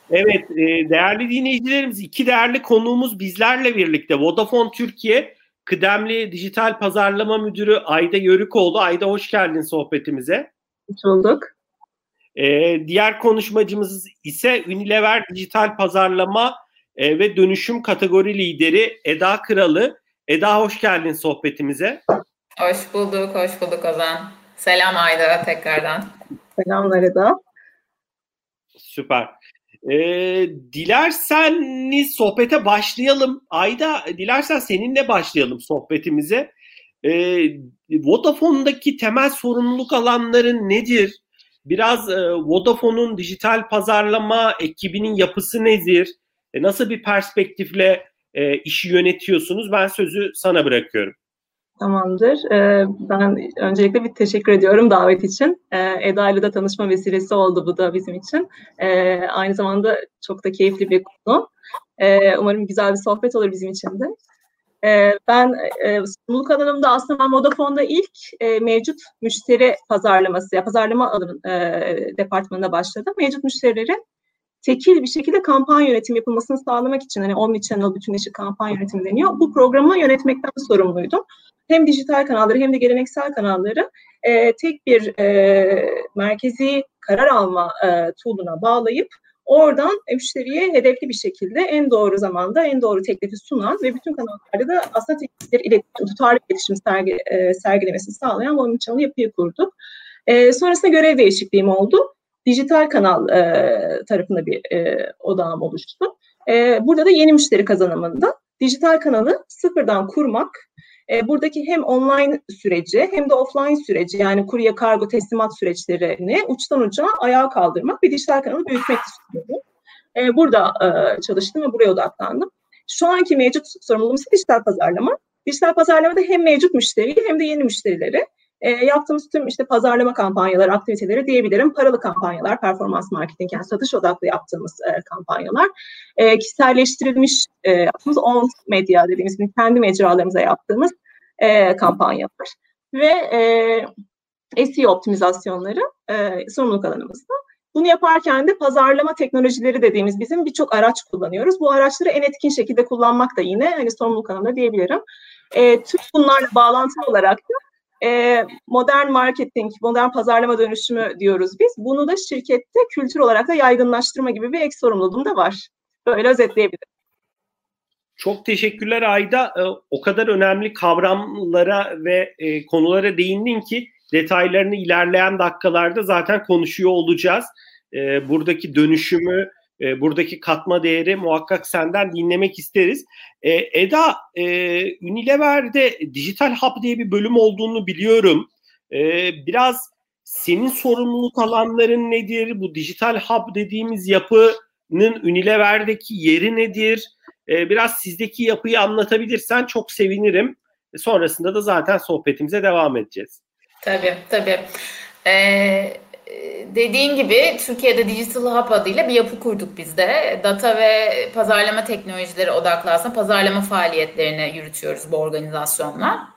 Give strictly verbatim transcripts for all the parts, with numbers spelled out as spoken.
Evet, e, değerli dinleyicilerimiz, iki değerli konuğumuz bizlerle birlikte. Vodafone Türkiye kıdemli dijital pazarlama müdürü Ayda Yörükoğlu. Ayda, hoş geldin sohbetimize. Hoş bulduk. E, diğer konuşmacımız ise Unilever dijital pazarlama e, ve dönüşüm kategori lideri Eda Kralı. Eda, hoş geldin sohbetimize. Hoş bulduk, hoş bulduk Ozan. Selam Ayda tekrardan. Selamlar Eda. Süper. Ee, dilerseniz sohbete başlayalım. Ayda, dilersen seninle başlayalım sohbetimize. Ee, Vodafone'daki temel sorumluluk alanları nedir? Biraz e, Vodafone'un dijital pazarlama ekibinin yapısı nedir? E, nasıl bir perspektifle e, işi yönetiyorsunuz? Ben sözü sana bırakıyorum. Tamamdır. Ee, ben öncelikle bir teşekkür ediyorum davet için. Ee, Eda ile de tanışma vesilesi oldu bu da bizim için. Ee, aynı zamanda çok da keyifli bir konu. Ee, umarım güzel bir sohbet olur bizim için de. Ee, ben e, sorumluluk alanımda aslında ben Vodafone'da ilk e, mevcut müşteri pazarlaması, ya pazarlama alanı e, departmanında başladım. Mevcut müşterileri tekil bir şekilde kampanya yönetimi yapılmasını sağlamak için, hani omnichannel bütünleşik kampanya yönetimi deniyor. Bu programı yönetmekten sorumluydum. Hem dijital kanalları hem de geleneksel kanalları e, tek bir e, merkezi karar alma e, tool'una bağlayıp oradan müşteriye hedefli bir şekilde en doğru zamanda en doğru teklifi sunan ve bütün kanallarda da aslında tek bir iletişim, tutarlı iletişim sergi, e, sergilemesini sağlayan omnichannel yapıyı kurduk. E, sonrasında görev değişikliğim oldu. Dijital kanal e, tarafında bir e, odağım oluştu. E, burada da yeni müşteri kazanımında dijital kanalı sıfırdan kurmak, e, buradaki hem online süreci hem de offline süreci, yani kurye, kargo, teslimat süreçlerini uçtan uca ayağa kaldırmak ve dijital kanalı büyütmek istiyorum. E, burada e, çalıştım ve buraya odaklandım. Şu anki mevcut sorumluluğum ise dijital pazarlama. Dijital pazarlamada hem mevcut müşteriyi hem de yeni müşterileri E, yaptığımız tüm işte pazarlama kampanyaları, aktiviteleri diyebilirim. Paralı kampanyalar, performans marketing, yani satış odaklı yaptığımız e, kampanyalar. E, kişiselleştirilmiş e, yaptığımız on medya dediğimiz kendi mecralarımıza yaptığımız e, kampanyalar. Ve e, S E O optimizasyonları e, sorumluluk alanımızda. Bunu yaparken de pazarlama teknolojileri dediğimiz bizim birçok araç kullanıyoruz. Bu araçları en etkin şekilde kullanmak da yine hani sorumluluk alanında diyebilirim. E, tüm bunlarla bağlantılı olarak da E, modern marketing, modern pazarlama dönüşümü diyoruz biz. Bunu da şirkette kültür olarak da yaygınlaştırma gibi bir ek sorumluluğum da var. Böyle özetleyebilirim. Çok teşekkürler Ayda. O kadar önemli kavramlara ve konulara değindin ki detaylarını ilerleyen dakikalarda zaten konuşuyor olacağız. Buradaki dönüşümü, buradaki katma değeri muhakkak senden dinlemek isteriz. Ee, Eda, e, Unilever'de Dijital Hub diye bir bölüm olduğunu biliyorum. Ee, biraz senin sorumluluk alanların nedir? Bu Dijital Hub dediğimiz yapının Unilever'deki yeri nedir? Ee, biraz sizdeki yapıyı anlatabilirsen çok sevinirim. Sonrasında da zaten sohbetimize devam edeceğiz. Tabii, tabii. Ee... Dediğin gibi Türkiye'de Digital Hub adıyla bir yapı kurduk biz de. Data ve pazarlama teknolojileri odaklı aslında pazarlama faaliyetlerini yürütüyoruz bu organizasyonla.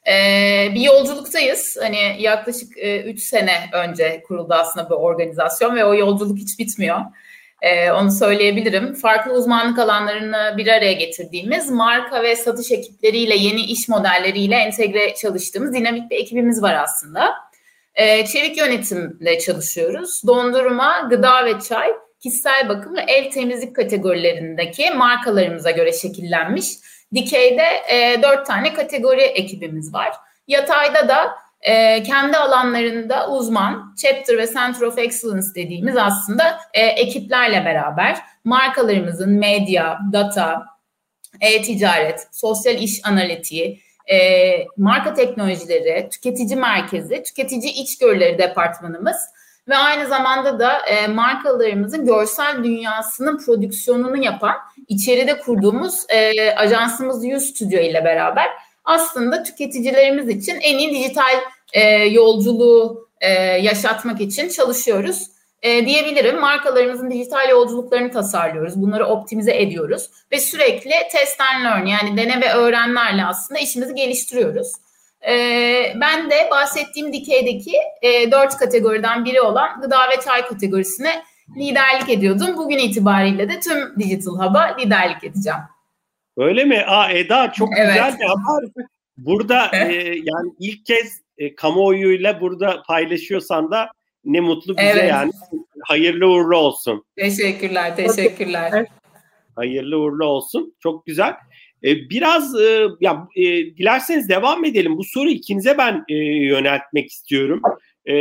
Ee, bir yolculuktayız. Hani yaklaşık üç sene önce kuruldu aslında bu organizasyon ve o yolculuk hiç bitmiyor. Ee, onu söyleyebilirim. Farklı uzmanlık alanlarını bir araya getirdiğimiz, marka ve satış ekipleriyle, yeni iş modelleriyle entegre çalıştığımız dinamik bir ekibimiz var aslında. Ee, çevik yönetimle çalışıyoruz. Dondurma, gıda ve çay, kişisel bakım ve ev temizlik kategorilerindeki markalarımıza göre şekillenmiş. Dikeyde e, dört tane kategori ekibimiz var. Yatayda da e, kendi alanlarında uzman, chapter ve center of excellence dediğimiz aslında e, ekiplerle beraber markalarımızın medya, data, e-ticaret, sosyal iş analitiği, E, marka teknolojileri, tüketici merkezi, tüketici içgörüleri departmanımız ve aynı zamanda da e, markalarımızın görsel dünyasının prodüksiyonunu yapan içeride kurduğumuz e, ajansımız U Studio ile beraber aslında tüketicilerimiz için en iyi dijital e, yolculuğu e, yaşatmak için çalışıyoruz. E, diyebilirim. Markalarımızın dijital yolculuklarını tasarlıyoruz. Bunları optimize ediyoruz. Ve sürekli test and learn, yani dene ve öğrenlerle aslında işimizi geliştiriyoruz. E, ben de bahsettiğim dikeydeki e, dört kategoriden biri olan gıda ve çay kategorisine liderlik ediyordum. Bugün itibariyle de tüm Digital Hub'a liderlik edeceğim. Öyle mi? Aa, Eda çok Evet. güzel bir haber. Burada e, yani ilk kez e, kamuoyuyla burada paylaşıyorsan da ne mutlu bize, evet. Yani. Hayırlı uğurlu olsun. Teşekkürler, teşekkürler. Hayırlı uğurlu olsun. Çok güzel. E, biraz e, ya e, dilerseniz devam edelim. Bu soru ikinize ben e, yöneltmek istiyorum. E,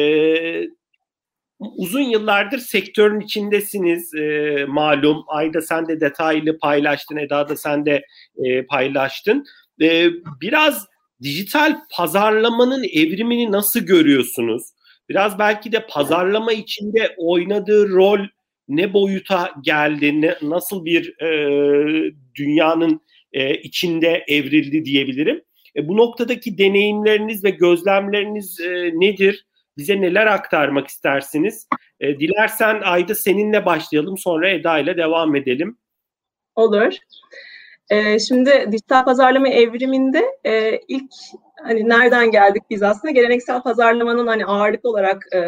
uzun yıllardır sektörün içindesiniz. E, malum. Ayda sen de detaylı paylaştın. Eda da sen de e, paylaştın. E, biraz dijital pazarlamanın evrimini nasıl görüyorsunuz? Biraz belki de pazarlama içinde oynadığı rol ne boyuta geldi, ne, nasıl bir e, dünyanın e, içinde evrildi diyebilirim. E, bu noktadaki deneyimleriniz ve gözlemleriniz e, nedir? Bize neler aktarmak istersiniz? E, dilersen Ayda seninle başlayalım, sonra Eda ile devam edelim. Olur. E, şimdi dijital pazarlama evriminde e, ilk hani nereden geldik biz aslında? Geleneksel pazarlamanın hani ağırlıklı olarak e,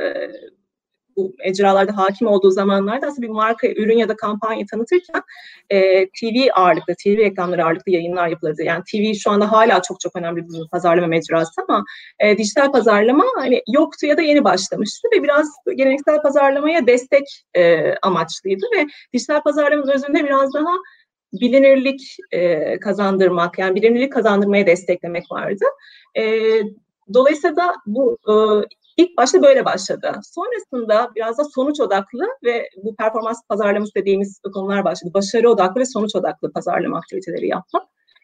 bu mecralarda hakim olduğu zamanlarda aslında bir marka, ürün ya da kampanya tanıtırken e, T V ağırlıklı, T V reklamları ağırlıklı yayınlar yapılırdı. Yani T V şu anda hala çok çok önemli bir pazarlama mecrası ama e, dijital pazarlama hani yoktu ya da yeni başlamıştı ve biraz geleneksel pazarlamaya destek e, amaçlıydı ve dijital pazarlamanın özünde biraz daha bilinirlik e, kazandırmak, yani bilinirlik kazandırmaya desteklemek vardı. E, dolayısıyla da bu e, ilk başta böyle başladı. Sonrasında biraz da sonuç odaklı ve bu performans pazarlaması dediğimiz konular başladı. Başarı odaklı ve sonuç odaklı pazarlama aktiviteleri yapmak.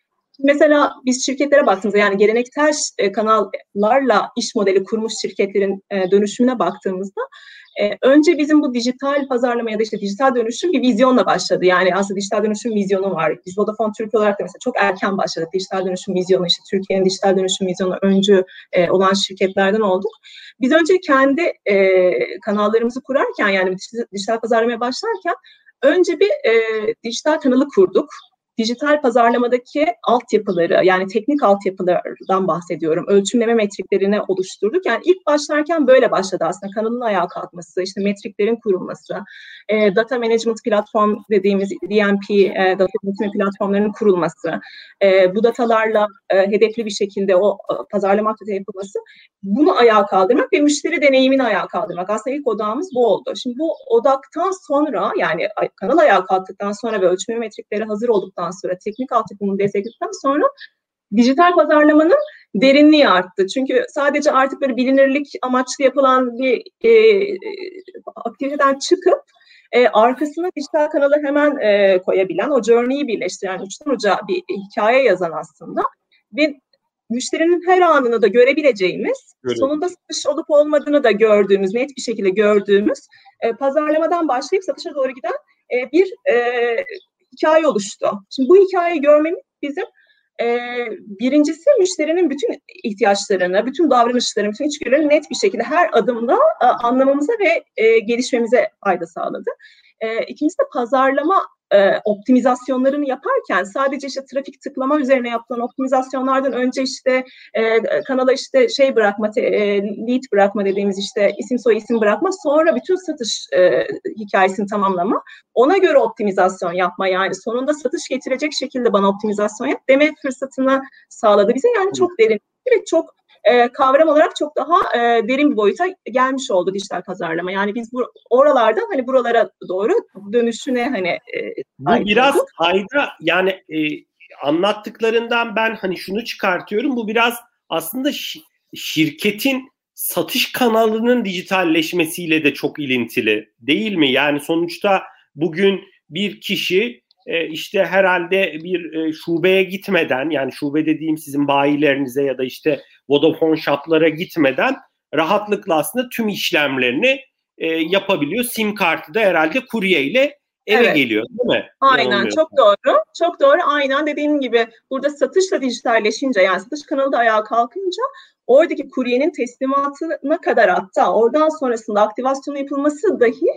Mesela biz şirketlere baktığımızda, yani geleneksel e, kanallarla iş modeli kurmuş şirketlerin e, dönüşümüne baktığımızda e, önce bizim bu dijital pazarlama ya da işte dijital dönüşüm bir vizyonla başladı. Yani aslında dijital dönüşüm vizyonu var. Biz Vodafone Türkiye olarak da mesela çok erken başladık. Dijital dönüşüm vizyonu, işte Türkiye'nin dijital dönüşüm vizyonu öncü e, olan şirketlerden olduk. Biz önce kendi e, kanallarımızı kurarken, yani dijital pazarlamaya başlarken önce bir e, dijital kanalı kurduk. Dijital pazarlamadaki altyapıları, yani teknik altyapılardan bahsediyorum. Ölçümleme metriklerini oluşturduk. Yani ilk başlarken böyle başladı aslında. Kanalın ayağa kalkması, işte metriklerin kurulması, e, data management platform dediğimiz D M P, e, data yönetimi platformlarının kurulması, e, bu datalarla e, hedefli bir şekilde o e, pazarlama aktivite yapılması, bunu ayağa kaldırmak ve müşteri deneyimini ayağa kaldırmak. Aslında ilk odağımız bu oldu. Şimdi bu odaktan sonra, yani kanal ayağa kalktıktan sonra ve ölçümleme metrikleri hazır olduktan sonra, teknik altyapının destekledikten sonra dijital pazarlamanın derinliği arttı. Çünkü sadece artık böyle bilinirlik amaçlı yapılan bir e, aktiviteden çıkıp e, arkasına dijital kanalı hemen e, koyabilen, o journey'i birleştiren, uçtan uca bir hikaye yazan aslında ve müşterinin her anını da görebileceğimiz, Öyle. sonunda satış olup olmadığını da gördüğümüz, net bir şekilde gördüğümüz, e, pazarlamadan başlayıp satışa doğru giden e, bir e, hikaye oluştu. Şimdi bu hikayeyi görmemiz bizim e, birincisi müşterinin bütün ihtiyaçlarını, bütün davranışlarını, bütün içgörülerini net bir şekilde her adımda e, anlamamıza ve e, gelişmemize fayda sağladı. E, ikincisi de pazarlama e, optimizasyonlarını yaparken sadece işte trafik tıklama üzerine yapılan optimizasyonlardan önce işte e, kanala işte şey bırakma, e, lead bırakma dediğimiz işte isim soy isim bırakma, sonra bütün satış e, hikayesini tamamlama, ona göre optimizasyon yapma, yani sonunda satış getirecek şekilde bana optimizasyon yap deme fırsatını sağladı bize. Yani çok derin ve çok e, kavram olarak çok daha e, derin bir boyuta gelmiş oldu dijital pazarlama. Yani biz bu oralarda hani buralara doğru dönüşüne hani e, bu biraz olduk. Ayda yani e, anlattıklarından ben hani şunu çıkartıyorum. Bu biraz aslında şi- şirketin satış kanalının dijitalleşmesiyle de çok ilintili değil mi? Yani sonuçta bugün bir kişi e, işte herhalde bir e, şubeye gitmeden, yani şube dediğim sizin bayilerinize ya da işte Vodafone shop'lara gitmeden rahatlıkla aslında tüm işlemlerini e, yapabiliyor. SIM kartı da herhalde kurye ile eve evet. geliyor değil mi? Aynen, çok doğru. Çok doğru. Aynen dediğim gibi burada satışla dijitalleşince, yani satış kanalı da ayağa kalkınca oradaki kuryenin teslimatına kadar, hatta oradan sonrasında aktivasyonu yapılması dahi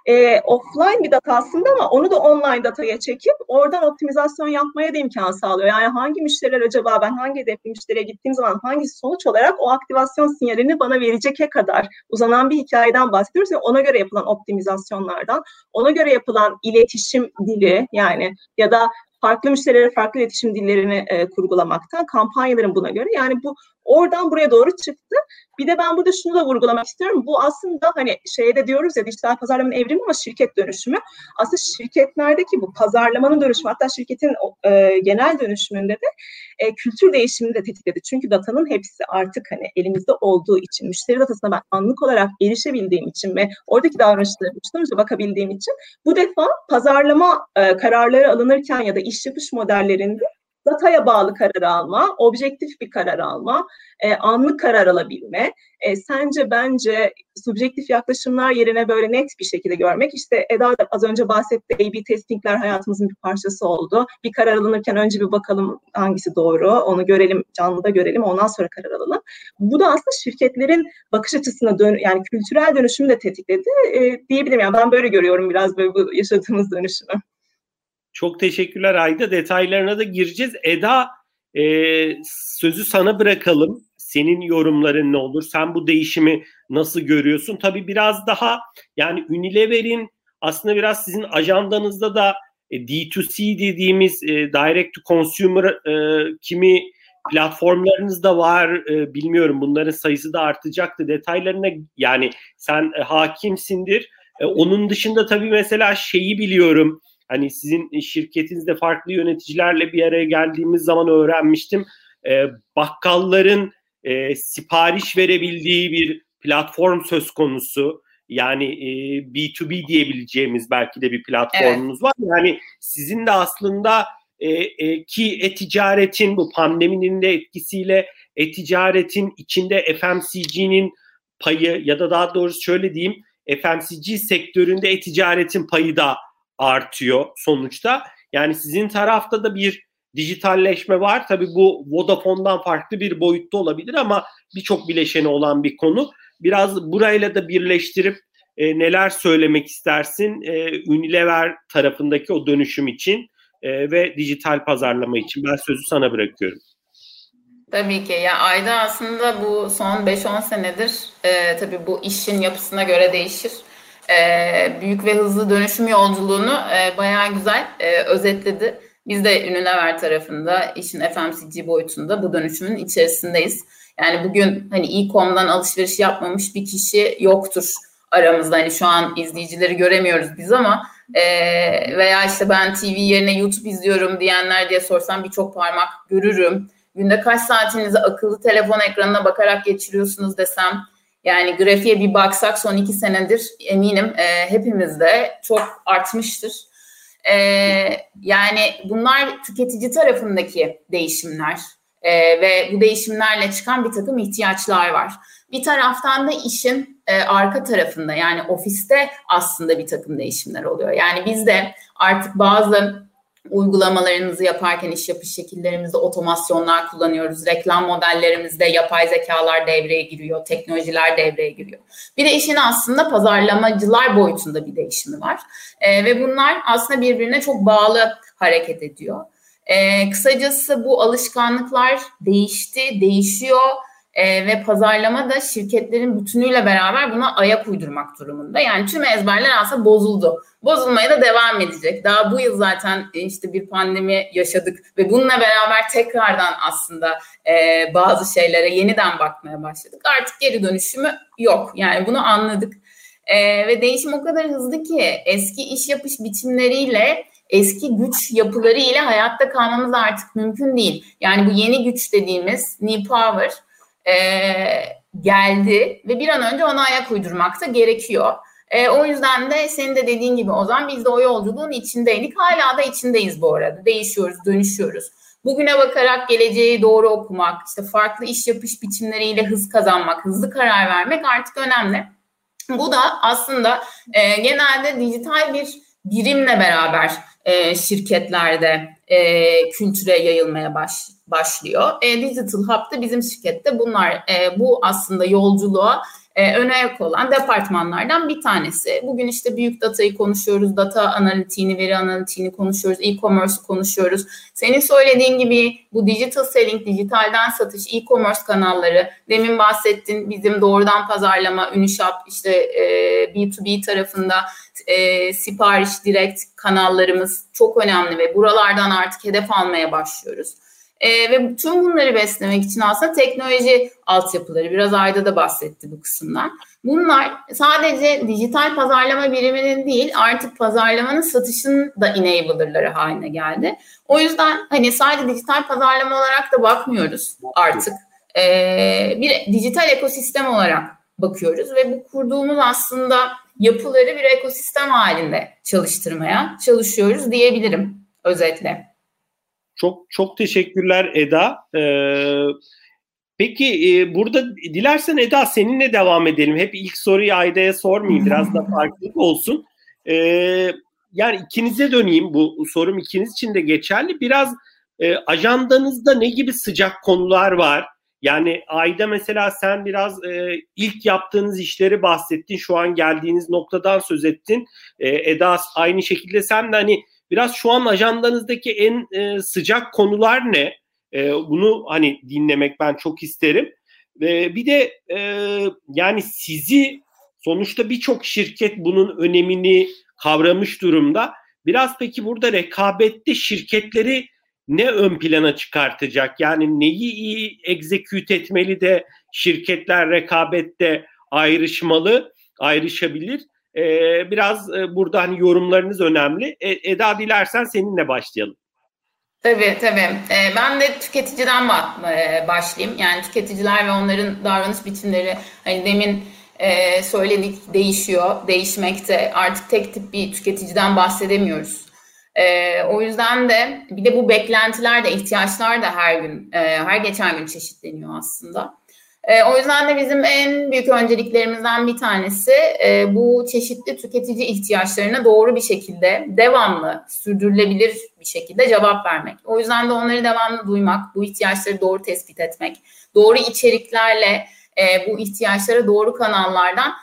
e, offline bir data aslında ama onu da online dataya çekip oradan optimizasyon yapmaya da imkan sağlıyor. Yani hangi müşteriler acaba ben hangi hedefli müşteriye gittiğim zaman hangi sonuç olarak o aktivasyon sinyalini bana vereceğe kadar uzanan bir hikayeden bahsediyoruz ve ona göre yapılan optimizasyonlardan, ona göre yapılan iletişim dili yani ya da farklı müşterilere farklı iletişim dillerini e, kurgulamaktan, kampanyaların buna göre yani bu oradan buraya doğru çıktı. Bir de ben burada şunu da vurgulamak istiyorum. Bu aslında hani şeyde diyoruz ya dijital pazarlamanın evrimi ama şirket dönüşümü. Aslında şirketlerdeki bu pazarlamanın dönüşümü hatta şirketin e, genel dönüşümünde de e, kültür değişimini de tetikledi. Çünkü datanın hepsi artık hani elimizde olduğu için, müşteri datasına ben anlık olarak erişebildiğim için ve oradaki davranışlara uçlarımıza bakabildiğim için bu defa pazarlama e, kararları alınırken ya da iş yapış modellerinde dataya bağlı karar alma, objektif bir karar alma, e, anlık karar alabilme, e, sence bence subjektif yaklaşımlar yerine böyle net bir şekilde görmek. İşte Eda da az önce bahsetti, A B testingler hayatımızın bir parçası oldu. Bir karar alınırken önce bir bakalım hangisi doğru, onu görelim, canlıda görelim, ondan sonra karar alalım. Bu da aslında şirketlerin bakış açısına dön, yani kültürel dönüşümü de tetikledi e, diyebilirim. Yani ben böyle görüyorum biraz böyle bu yaşadığımız dönüşümü. Çok teşekkürler Ayda. Detaylarına da gireceğiz. Eda, e, sözü sana bırakalım. Senin yorumların ne olur? Sen bu değişimi nasıl görüyorsun? Tabii biraz daha yani Unilever'in aslında biraz sizin ajandanızda da e, D iki C dediğimiz e, Direct to Consumer e, kimi platformlarınız da var. E, bilmiyorum bunların sayısı da artacaktı. Detaylarına yani sen e, hakimsindir. E, onun dışında tabii mesela şeyi biliyorum. Hani sizin şirketinizde farklı yöneticilerle bir araya geldiğimiz zaman öğrenmiştim. E, bakkalların e, sipariş verebildiği bir platform söz konusu. Yani e, B iki B diyebileceğimiz belki de bir platformunuz evet. var. Yani sizin de aslında e, e, ki e-ticaretin bu pandeminin de etkisiyle e-ticaretin içinde F M C G'nin payı ya da daha doğrusu şöyle diyeyim F M C G sektöründe e-ticaretin payı da artıyor sonuçta. Yani sizin tarafta da bir dijitalleşme var. Tabii bu Vodafone'dan farklı bir boyutta olabilir ama birçok bileşeni olan bir konu. Biraz burayla da birleştirip e, neler söylemek istersin e, Unilever tarafındaki o dönüşüm için e, ve dijital pazarlama için? Ben sözü sana bırakıyorum. Tabii ki. Ya Ayda aslında bu son beş on senedir e, tabii bu işin yapısına göre değişir. Ee, büyük ve hızlı dönüşüm yolculuğunu e, bayağı güzel e, özetledi. Biz de Unilever tarafında işin F M C G boyutunda bu dönüşümün içerisindeyiz. Yani bugün hani e-com'dan alışveriş yapmamış bir kişi yoktur aramızda. Hani şu an izleyicileri göremiyoruz biz ama e, veya işte ben T V yerine YouTube izliyorum diyenler diye sorsam birçok parmak görürüm. Günde kaç saatinizi akıllı telefon ekranına bakarak geçiriyorsunuz desem, yani grafiğe bir baksak son iki senedir eminim e, hepimizde çok artmıştır. E, yani bunlar tüketici tarafındaki değişimler e, ve bu değişimlerle çıkan bir takım ihtiyaçlar var. Bir taraftan da işin e, arka tarafında yani ofiste aslında bir takım değişimler oluyor. Yani biz de artık bazı uygulamalarımızı yaparken iş yapış şekillerimizde otomasyonlar kullanıyoruz. Reklam modellerimizde yapay zekalar devreye giriyor, teknolojiler devreye giriyor. Bir de işin aslında pazarlamacılar boyutunda bir değişimi var. Ee, ve bunlar aslında birbirine çok bağlı hareket ediyor. Ee, kısacası bu alışkanlıklar değişti, değişiyor. Ee, ve pazarlama da şirketlerin bütünüyle beraber buna ayak uydurmak durumunda. Yani tüm ezberler aslında bozuldu. Bozulmaya da devam edecek. Daha bu yıl zaten işte bir pandemi yaşadık ve bununla beraber tekrardan aslında e, bazı şeylere yeniden bakmaya başladık. Artık geri dönüşümü yok. Yani bunu anladık. E, ve değişim o kadar hızlı ki eski iş yapış biçimleriyle eski güç yapıları ile hayatta kalmamız artık mümkün değil. Yani bu yeni güç dediğimiz new power e, geldi ve bir an önce ona ayak uydurmak da gerekiyor. E, o yüzden de senin de dediğin gibi Ozan, biz de o yolculuğun içindeydik. Hala da içindeyiz bu arada. Değişiyoruz, dönüşüyoruz. Bugüne bakarak geleceği doğru okumak, işte farklı iş yapış biçimleriyle hız kazanmak, hızlı karar vermek artık önemli. Bu da aslında e, genelde dijital bir birimle beraber e, şirketlerde e, kültüre yayılmaya baş, başlıyor. E, Digital Hub'da bizim şirkette bunlar e, bu aslında yolculuğa e, ön ayak olan departmanlardan bir tanesi. Bugün işte büyük datayı konuşuyoruz, data analitiğini, veri analitiğini konuşuyoruz, e-commerce'ı konuşuyoruz. Senin söylediğin gibi bu digital selling, dijitalden satış, e-commerce kanalları, demin bahsettin bizim doğrudan pazarlama, Ünishop, işte e, B iki B tarafında e, sipariş direkt kanallarımız çok önemli ve buralardan artık hedef almaya başlıyoruz. Ee, ve tüm bunları beslemek için aslında teknoloji altyapıları, biraz Ayda da bahsetti bu kısımdan. Bunlar sadece dijital pazarlama biriminin değil, artık pazarlamanın satışının da enabler'ları haline geldi. O yüzden hani sadece dijital pazarlama olarak da bakmıyoruz artık. Ee, bir dijital ekosistem olarak bakıyoruz ve bu kurduğumuz aslında yapıları bir ekosistem halinde çalıştırmaya çalışıyoruz diyebilirim özetle. Çok çok teşekkürler Eda. Ee, peki e, burada dilersen Eda seninle devam edelim. Hep ilk soruyu Ayda'ya sormayayım. Biraz da farklılık olsun. Ee, yani ikinize döneyim. Bu sorum ikiniz için de geçerli. Biraz e, ajandanızda ne gibi sıcak konular var? Yani Ayda mesela sen biraz e, ilk yaptığınız işleri bahsettin. Şu an geldiğiniz noktadan söz ettin. E, Eda aynı şekilde sen de hani biraz şu an ajandanızdaki en e, sıcak konular ne? E, bunu hani dinlemek ben çok isterim. E, bir de e, yani sizi sonuçta birçok şirket bunun önemini kavramış durumda. Biraz peki burada rekabette şirketleri ne ön plana çıkartacak? Yani neyi iyi execute etmeli de şirketler rekabette ayrışmalı, ayrışabilir? Ee, biraz e, burada hani yorumlarınız önemli. E, Eda dilersen seninle başlayalım. Tabii tabii. Ee, ben de tüketiciden başlayayım. Yani tüketiciler ve onların davranış biçimleri hani demin e, söyledik değişiyor, değişmekte. Artık tek tip bir tüketiciden bahsedemiyoruz. Ee, o yüzden de bir de bu beklentiler de ihtiyaçlar da her gün, e, her geçen gün çeşitleniyor aslında. E, o yüzden de bizim en büyük önceliklerimizden bir tanesi e, bu çeşitli tüketici ihtiyaçlarına doğru bir şekilde, devamlı, sürdürülebilir bir şekilde cevap vermek. O yüzden de onları devamlı duymak, bu ihtiyaçları doğru tespit etmek, doğru içeriklerle e, bu ihtiyaçlara doğru kanallardan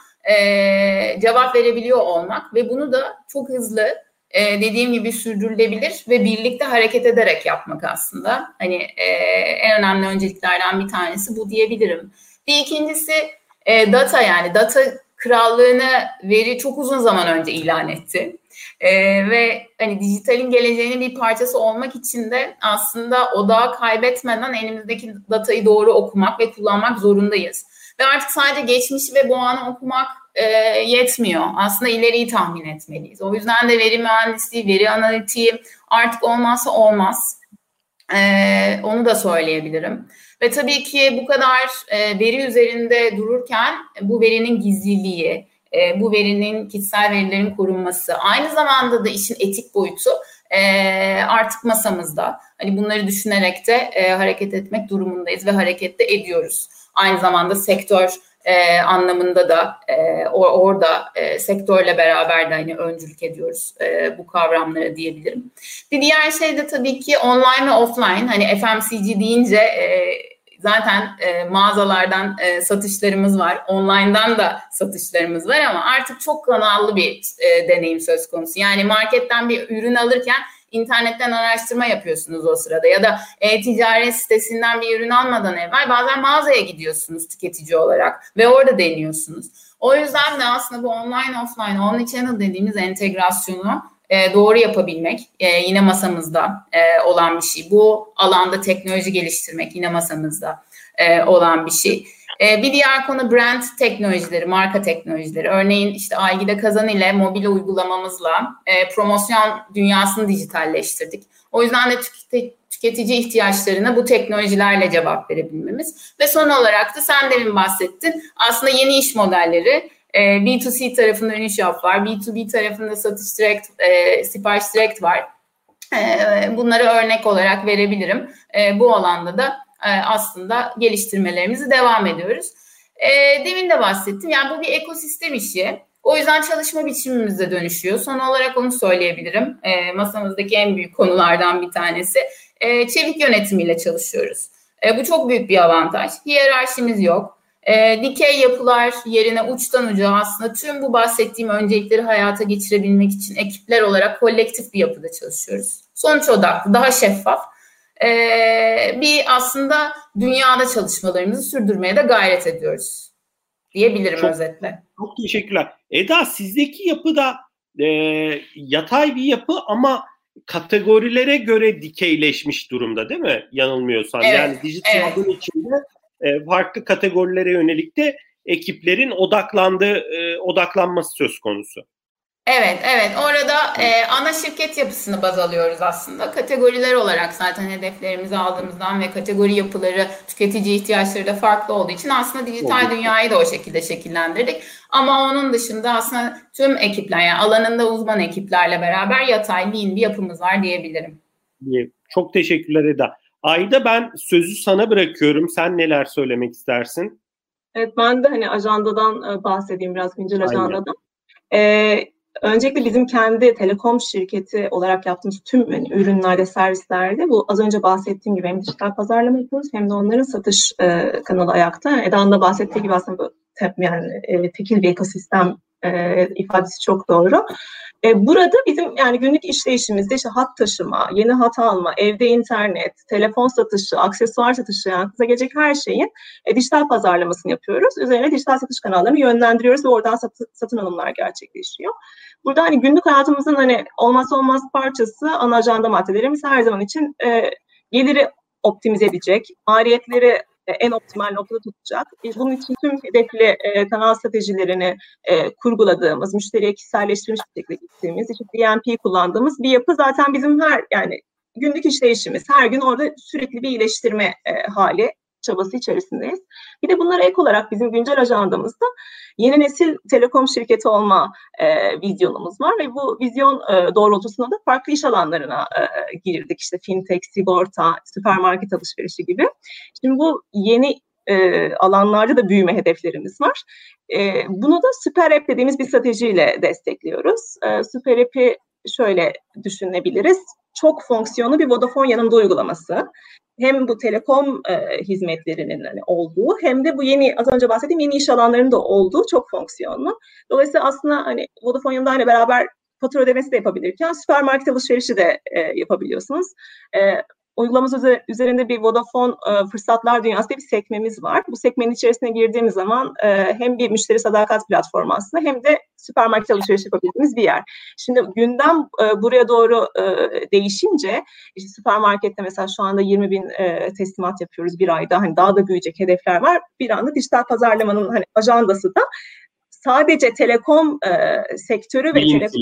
e, cevap verebiliyor olmak ve bunu da çok hızlı, e, dediğim gibi sürdürülebilir ve birlikte hareket ederek yapmak aslında. Hani e, en önemli önceliklerden bir tanesi bu diyebilirim. Bir ikincisi e, data, yani data krallığını veri çok uzun zaman önce ilan etti. E, ve hani dijitalin geleceğinin bir parçası olmak için de aslında odağı kaybetmeden elimizdeki datayı doğru okumak ve kullanmak zorundayız. Ve artık sadece geçmişi ve bu anı okumak e, yetmiyor. Aslında ileriyi tahmin etmeliyiz. O yüzden de veri mühendisliği, veri analitiği artık olmazsa olmaz. E, onu da söyleyebilirim. Ve tabii ki bu kadar e, veri üzerinde dururken bu verinin gizliliği, e, bu verinin kişisel verilerin korunması, aynı zamanda da işin etik boyutu e, artık masamızda. Hani bunları düşünerek de e, hareket etmek durumundayız ve hareket de ediyoruz. Aynı zamanda sektör e, anlamında da e, or, orada e, sektörle beraber de hani öncülük ediyoruz e, bu kavramlara diyebilirim. Bir diğer şey de tabii ki online ve offline. Hani F M C G deyince e, zaten e, mağazalardan e, satışlarımız var. Online'dan da satışlarımız var ama artık çok kanallı bir e, deneyim söz konusu. Yani marketten bir ürün alırken İnternetten araştırma yapıyorsunuz o sırada ya da e-ticaret sitesinden bir ürün almadan evvel bazen mağazaya gidiyorsunuz tüketici olarak ve orada deniyorsunuz. O yüzden de aslında bu online offline omnichannel dediğimiz entegrasyonu e, doğru yapabilmek e, yine masamızda e, olan bir şey. Bu alanda teknoloji geliştirmek yine masamızda e, olan bir şey. Ee, bir diğer konu brand teknolojileri, marka teknolojileri. Örneğin işte Aygide Kazan ile mobil uygulamamızla e, promosyon dünyasını dijitalleştirdik. O yüzden de tüketici, tüketici ihtiyaçlarına bu teknolojilerle cevap verebilmemiz. Ve son olarak da sen demin bahsettin. Aslında yeni iş modelleri. E, B iki C tarafında Ünishop var. B iki B tarafında Satış Direct, e, Sipariş Direct var. E, bunları örnek olarak verebilirim. E, bu alanda da aslında geliştirmelerimizi devam ediyoruz. E, demin de bahsettim. Yani bu bir ekosistem işi. O yüzden çalışma biçimimiz de dönüşüyor. Son olarak onu söyleyebilirim. E, masamızdaki en büyük konulardan bir tanesi. E, çevik yönetimiyle çalışıyoruz. E, bu çok büyük bir avantaj. Hiyerarşimiz yok. E, dikey yapılar yerine uçtan uca aslında tüm bu bahsettiğim öncelikleri hayata geçirebilmek için ekipler olarak kolektif bir yapıda çalışıyoruz. Sonuç odaklı, daha şeffaf. E, bir aslında dünyada çalışmalarımızı sürdürmeye de gayret ediyoruz diyebilirim çok, özetle. Çok teşekkürler. Eda, sizdeki yapı da e, yatay bir yapı ama kategorilere göre dikeyleşmiş durumda değil mi? Yanılmıyorsam. Evet, yani dijital evet. hub'ın içinde e, farklı kategorilere yönelik de ekiplerin odaklandığı e, odaklanması söz konusu. Evet, evet. Orada e, ana şirket yapısını baz alıyoruz aslında. Kategoriler olarak zaten hedeflerimizi aldığımızdan ve kategori yapıları, tüketici ihtiyaçları da farklı olduğu için aslında dijital Oldu. dünyayı da o şekilde şekillendirdik. Ama onun dışında aslında tüm ekipler, yani alanında uzman ekiplerle beraber yatay lean bir yapımız var diyebilirim. Çok teşekkürler Eda. Ayda, ben sözü sana bırakıyorum. Sen neler söylemek istersin? Evet, ben de hani ajandadan bahsedeyim biraz, güncel ajandadan. Ee, Öncelikle bizim kendi telekom şirketi olarak yaptığımız tüm yani ürünlerde, servislerde bu az önce bahsettiğim gibi hem dijital pazarlama yapıyoruz hem de onların satış e, kanalı ayakta. Yani Eda'nın da bahsettiği gibi aslında bu tep, yani e, tekil bir ekosistem e, ifadesi çok doğru. E, burada bizim yani günlük işleyişimizde işte hat taşıma, yeni hat alma, evde internet, telefon satışı, aksesuar satışı, yani kısa gelecek her şeyin e, dijital pazarlamasını yapıyoruz. Üzerine dijital satış kanallarını yönlendiriyoruz ve oradan satı, satın alımlar gerçekleşiyor. Burada hani günlük hayatımızın hani olmazsa olmaz parçası ana ajanda maddelerimiz her zaman için e, geliri optimize edecek, maliyetleri e, en optimal noktada tutacak. E, bunun için tüm hedefli e, kanal stratejilerini e, kurguladığımız, müşteriye kişiselleştirilmiş bir şekilde gittiğimiz, işte D M P kullandığımız bir yapı zaten bizim her yani günlük işleyişimiz. Her gün orada sürekli bir iyileştirme e, hali çabası içerisindeyiz. Bir de bunlara ek olarak bizim güncel ajandamızda yeni nesil telekom şirketi olma e, vizyonumuz var ve bu vizyon e, doğrultusunda da farklı iş alanlarına e, girdik. İşte fintech, sigorta, süpermarket alışverişi gibi. Şimdi bu yeni e, alanlarda da büyüme hedeflerimiz var. E, bunu da Süper App dediğimiz bir stratejiyle destekliyoruz. E, Süper App'i şöyle düşünebiliriz. Çok fonksiyonlu bir Vodafone yanında uygulaması. Hem bu telekom e, hizmetlerinin hani olduğu hem de bu yeni az önce bahsettiğim yeni iş alanlarının da olduğu çok fonksiyonlu. Dolayısıyla aslında hani Vodafone yanında hani beraber fatura ödemesi de yapabilirken süpermarket alışverişi de e, yapabiliyorsunuz. E, Uygulamamız üzerinde bir Vodafone e, fırsatlar dünyası diye bir sekmemiz var. Bu sekmenin içerisine girdiğimiz zaman e, hem bir müşteri sadakat platformu aslında hem de süpermarket alışveriş yapabildiğimiz bir yer. Şimdi gündem e, buraya doğru e, değişince işte süpermarkette mesela şu anda yirmi bin e, teslimat yapıyoruz bir ayda. Hani daha da büyüyecek hedefler var. Bir anda dijital pazarlamanın hani ajandası da sadece telekom e, sektörü ve telekom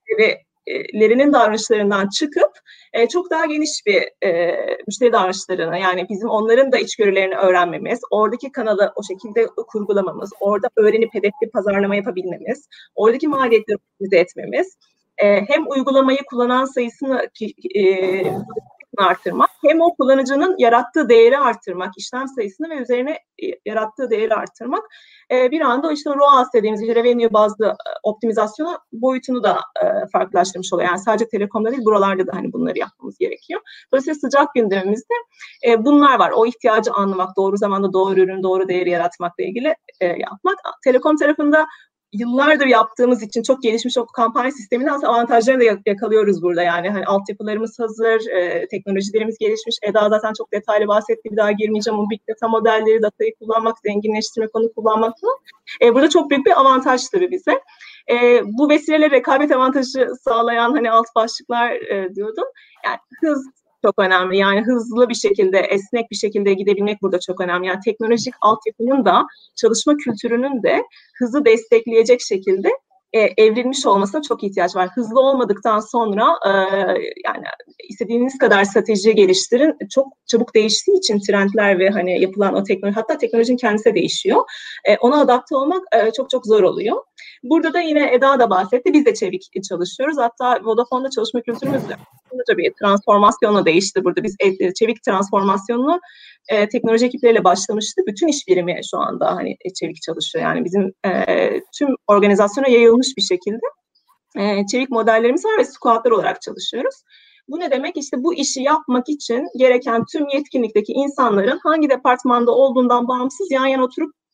lerinin davranışlarından çıkıp e, çok daha geniş bir e, müşteri davranışlarına, yani bizim onların da içgörülerini öğrenmemiz, oradaki kanalı o şekilde kurgulamamız, orada öğrenip hedefli pazarlama yapabilmemiz, oradaki maliyetleri optimize etmemiz, e, hem uygulamayı kullanan sayısını e, artırmak, hem o kullanıcının yarattığı değeri artırmak, işlem sayısını ve üzerine e, yarattığı değeri artırmak, e, bir anda işte R O A S dediğimiz revenue bazlı e, optimizasyonu boyutunu da e, farklılaştırmış oluyor. Yani sadece telekomda değil, buralarda da hani bunları yapmamız gerekiyor. Dolayısıyla sıcak gündemimizde e, bunlar var. O ihtiyacı anlamak, doğru zamanda doğru ürün, doğru değeri yaratmakla ilgili e, yapmak. Telekom tarafında yıllardır yaptığımız için çok gelişmiş o kampanya sisteminin aslında avantajlarını da yakalıyoruz burada. Yani hani altyapılarımız hazır, e, teknolojilerimiz gelişmiş. Eda zaten çok detaylı bahsetti, bir daha girmeyeceğim. O big data modelleri, datayı kullanmak, zenginleştirmek, onu kullanmak falan. E, burada çok büyük bir avantaj tabii bize. E, bu vesileyle rekabet avantajı sağlayan hani alt başlıklar e, diyordum. Yani hız çok önemli. Yani hızlı bir şekilde, esnek bir şekilde gidebilmek burada çok önemli. Yani teknolojik altyapının da, çalışma kültürünün de hızı destekleyecek şekilde e, evrilmiş olmasına çok ihtiyaç var. Hızlı olmadıktan sonra e, yani istediğiniz kadar strateji geliştirin. Çok çabuk değiştiği için trendler ve hani yapılan o teknoloji, hatta teknolojinin kendisi de değişiyor. E, ona adapte olmak e, çok çok zor oluyor. Burada da yine Eda da bahsetti. Biz de çevik çalışıyoruz. Hatta Vodafone'da çalışma kültürümüz de tabii transformasyonla değişti burada. Biz çevik transformasyonunu e, teknoloji ekipleriyle başlamıştı. Bütün iş birimi şu anda hani çevik çalışıyor. Yani bizim e, tüm organizasyona yayılmış bir şekilde e, çevik modellerimiz var ve squadlar olarak çalışıyoruz. Bu ne demek? İşte bu işi yapmak için gereken tüm yetkinlikteki insanların hangi departmanda olduğundan bağımsız yan yana oturup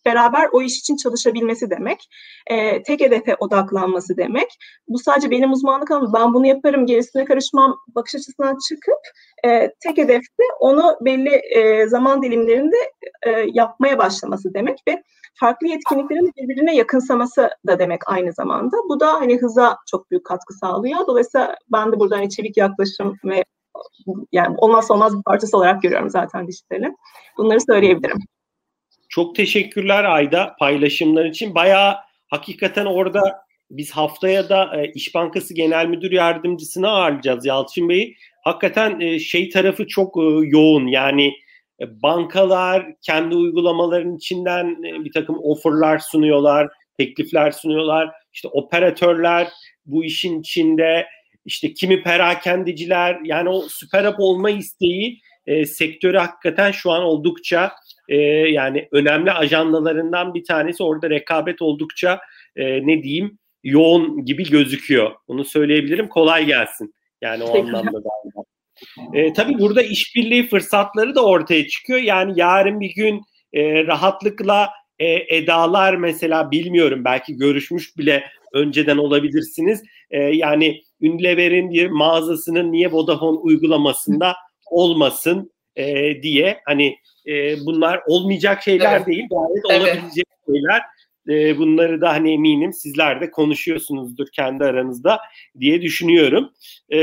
beraber o iş için çalışabilmesi demek. E, tek hedefe odaklanması demek. Bu sadece benim uzmanlık alanım. Ben bunu yaparım, gerisine karışmam bakış açısından çıkıp e, tek hedefte onu belli e, zaman dilimlerinde e, yapmaya başlaması demek ve farklı yetkinliklerin birbirine yakınsaması da demek aynı zamanda. Bu da hani hıza çok büyük katkı sağlıyor. Dolayısıyla ben de burada hani çevik yaklaşım ve yani olmazsa olmaz bir parçası olarak görüyorum zaten dijitalin. Bunları söyleyebilirim. Çok teşekkürler Ayda paylaşımlar için. Bayağı hakikaten orada biz haftaya da e, İş Bankası Genel Müdür Yardımcısını ağırlayacağız Yalçın Bey'i. Hakikaten e, şey tarafı çok e, yoğun. Yani e, bankalar kendi uygulamaların içinden e, bir takım offerlar sunuyorlar, teklifler sunuyorlar. İşte operatörler bu işin içinde, işte kimi perakendeciler, yani o süper app olma isteği e, sektörü hakikaten şu an oldukça e, yani önemli ajandalarından bir tanesi. Orada rekabet oldukça e, ne diyeyim yoğun gibi gözüküyor. Bunu söyleyebilirim. Kolay gelsin. Yani o anlamda da. E, tabii burada işbirliği fırsatları da ortaya çıkıyor. Yani yarın bir gün e, rahatlıkla e, Edalar mesela, bilmiyorum, belki görüşmüş bile önceden olabilirsiniz. E, yani Unilever'in bir mağazasının niye Vodafone uygulamasında olmasın e, diye, hani e, bunlar olmayacak şeyler evet. değil, gayet evet. olabilecek şeyler. E, bunları da hani eminim sizler de konuşuyorsunuzdur kendi aranızda diye düşünüyorum. E,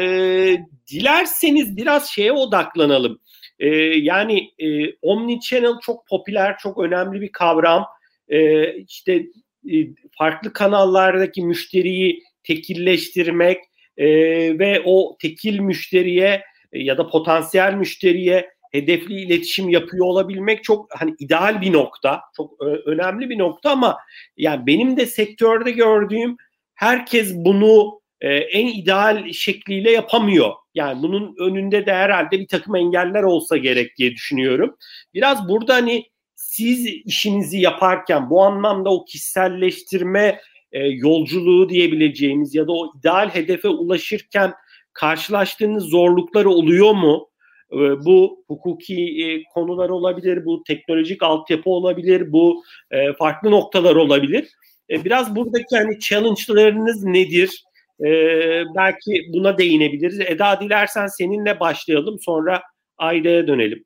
dilerseniz biraz şeye odaklanalım. E, yani e, Omnichannel çok popüler, çok önemli bir kavram. E, işte e, farklı kanallardaki müşteriyi tekilleştirmek e, ve o tekil müşteriye e, ya da potansiyel müşteriye hedefli iletişim yapıyor olabilmek çok hani ideal bir nokta, çok ö- önemli bir nokta, ama yani benim de sektörde gördüğüm herkes bunu e, en ideal şekliyle yapamıyor. Yani bunun önünde de herhalde bir takım engeller olsa gerek diye düşünüyorum. Biraz burada hani siz işinizi yaparken bu anlamda o kişiselleştirme e, yolculuğu diyebileceğimiz ya da o ideal hedefe ulaşırken karşılaştığınız zorluklar oluyor mu? E, bu hukuki e, konular olabilir, bu teknolojik altyapı olabilir, bu e, farklı noktalar olabilir. E, biraz buradaki hani challenge'larınız nedir? E, belki buna değinebiliriz. Eda, dilersen seninle başlayalım, sonra Ayda'ya dönelim.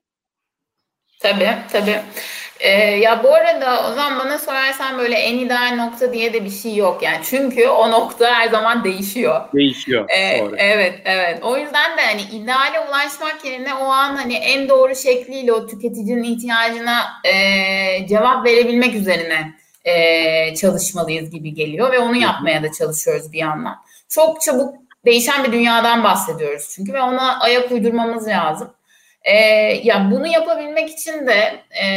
Tabii, tabii. Ee, ya bu arada o zaman bana sorarsan böyle en ideal nokta diye de bir şey yok yani. Çünkü o nokta her zaman değişiyor. Değişiyor. Ee, evet, evet. O yüzden de hani ideale ulaşmak yerine o an hani en doğru şekliyle o tüketicinin ihtiyacına e, cevap verebilmek üzerine e, çalışmalıyız gibi geliyor ve onu yapmaya da çalışıyoruz bir yandan. Çok çabuk değişen bir dünyadan bahsediyoruz çünkü ve ona ayak uydurmamız lazım. Ee, ya bunu yapabilmek için de e,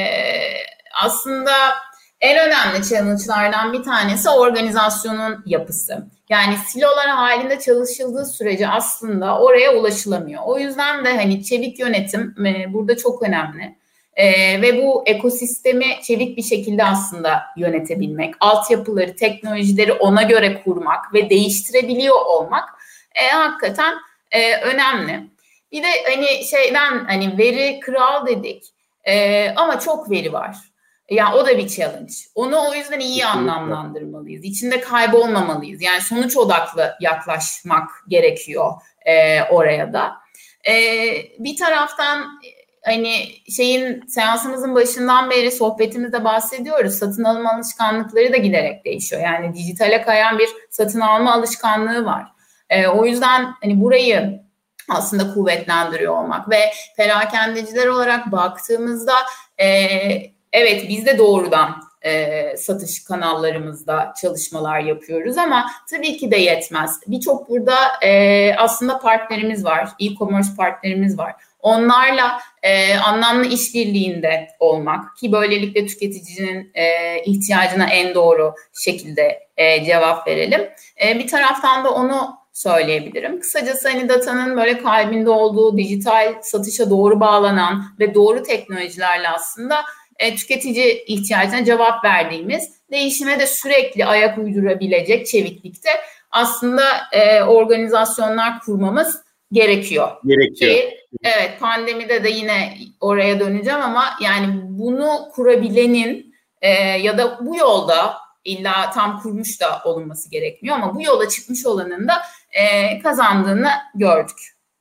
aslında en önemli challenge'lardan bir tanesi organizasyonun yapısı. Yani silolar halinde çalışıldığı sürece aslında oraya ulaşılamıyor. O yüzden de hani çevik yönetim e, burada çok önemli. E, ve bu ekosistemi çevik bir şekilde aslında yönetebilmek, altyapıları, teknolojileri ona göre kurmak ve değiştirebiliyor olmak e, hakikaten e, önemli. Bir de hani şeyden hani veri kral dedik ee, ama çok veri var. Yani o da bir challenge. Onu o yüzden iyi anlamlandırmalıyız. İçinde kaybolmamalıyız. Yani sonuç odaklı yaklaşmak gerekiyor e, oraya da. E, bir taraftan hani şeyin seansımızın başından beri sohbetimizde bahsediyoruz. Satın alma alışkanlıkları da giderek değişiyor. Yani dijitale kayan bir satın alma alışkanlığı var. E, o yüzden hani burayı aslında kuvvetlendiriyor olmak ve perakendeciler olarak baktığımızda e, evet biz de doğrudan e, satış kanallarımızda çalışmalar yapıyoruz ama tabii ki de yetmez. Birçok burada e, aslında partnerimiz var, e-commerce partnerimiz var. Onlarla e, anlamlı işbirliğinde olmak ki böylelikle tüketicinin e, ihtiyacına en doğru şekilde e, cevap verelim. E, bir taraftan da onu söyleyebilirim. Kısacası hani datanın böyle kalbinde olduğu dijital satışa doğru bağlanan ve doğru teknolojilerle aslında e, tüketici ihtiyacına cevap verdiğimiz, değişime de sürekli ayak uydurabilecek çeviklikte aslında e, organizasyonlar kurmamız gerekiyor. Gerekiyor. Ki, evet, pandemide de yine oraya döneceğim ama yani bunu kurabilenin e, ya da bu yolda illa tam kurmuş da olunması gerekmiyor ama bu yola çıkmış olanın da e, kazandığını gördük.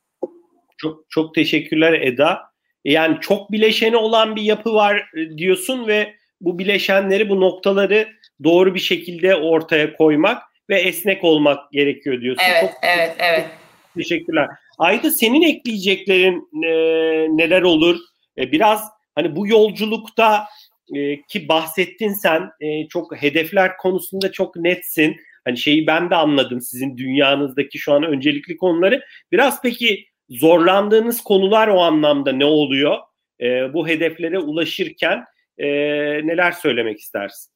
Çok çok teşekkürler Eda. Yani çok bileşeni olan bir yapı var diyorsun ve bu bileşenleri, bu noktaları doğru bir şekilde ortaya koymak ve esnek olmak gerekiyor diyorsun. Evet, çok evet, evet. Teşekkürler. Ayda senin ekleyeceklerin e, neler olur? E, biraz hani bu yolculukta e, ki bahsettin sen e, çok hedefler konusunda çok netsin. Hani şeyi ben de anladım, sizin dünyanızdaki şu an öncelikli konuları. Biraz peki zorlandığınız konular o anlamda ne oluyor? E, bu hedeflere ulaşırken e, neler söylemek istersin?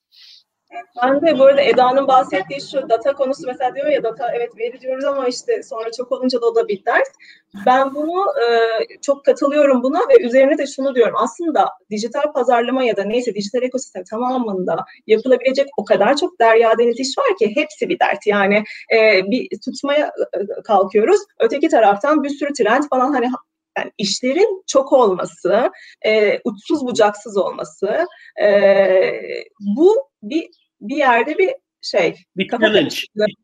Ben de bu arada Eda'nın bahsettiği şu data konusu mesela diyor ya, data evet veri diyoruz ama işte sonra çok olunca da o da bir ders. Ben bunu e, çok katılıyorum buna ve üzerine de şunu diyorum. Aslında dijital pazarlama ya da neyse dijital ekosistem tamamında yapılabilecek o kadar çok derya deniz iş var ki hepsi bir dert. Yani e, bir tutmaya kalkıyoruz. Öteki taraftan bir sürü trend falan, hani yani işlerin çok olması, e, uçsuz bucaksız olması, e, bu bir bir yerde bir şey. Bir challenge.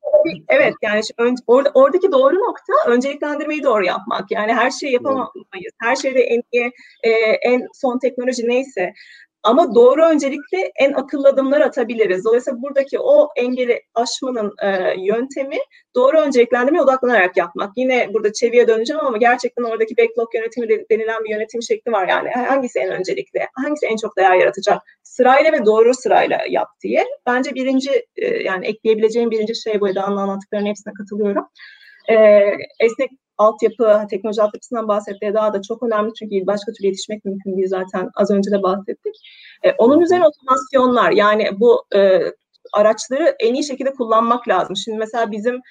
Evet, yani ön, orada, oradaki doğru nokta önceliklendirmeyi doğru yapmak. Yani her şeyi yapamayız. Her şeyde en iyi, e, en son teknoloji neyse. Ama doğru öncelikle en akıllı adımlar atabiliriz. Dolayısıyla buradaki o engeli aşmanın e, yöntemi doğru önceliklendirmeye odaklanarak yapmak. Yine burada çeviye döneceğim ama gerçekten oradaki backlog yönetimi denilen bir yönetim şekli var yani. Hangisi en öncelikli, hangisi en çok değer yaratacak? Sırayla ve doğru sırayla yap diye. Bence birinci, e, yani ekleyebileceğim birinci şey bu. Eda'nın anlattıklarının hepsine katılıyorum. E, esnek altyapı, teknoloji altyapısından bahsettiği daha da çok önemli çünkü başka türlü yetişmek mümkün değil, zaten az önce de bahsettik. E, onun üzerine otomasyonlar, yani bu e, araçları en iyi şekilde kullanmak lazım. Şimdi mesela bizim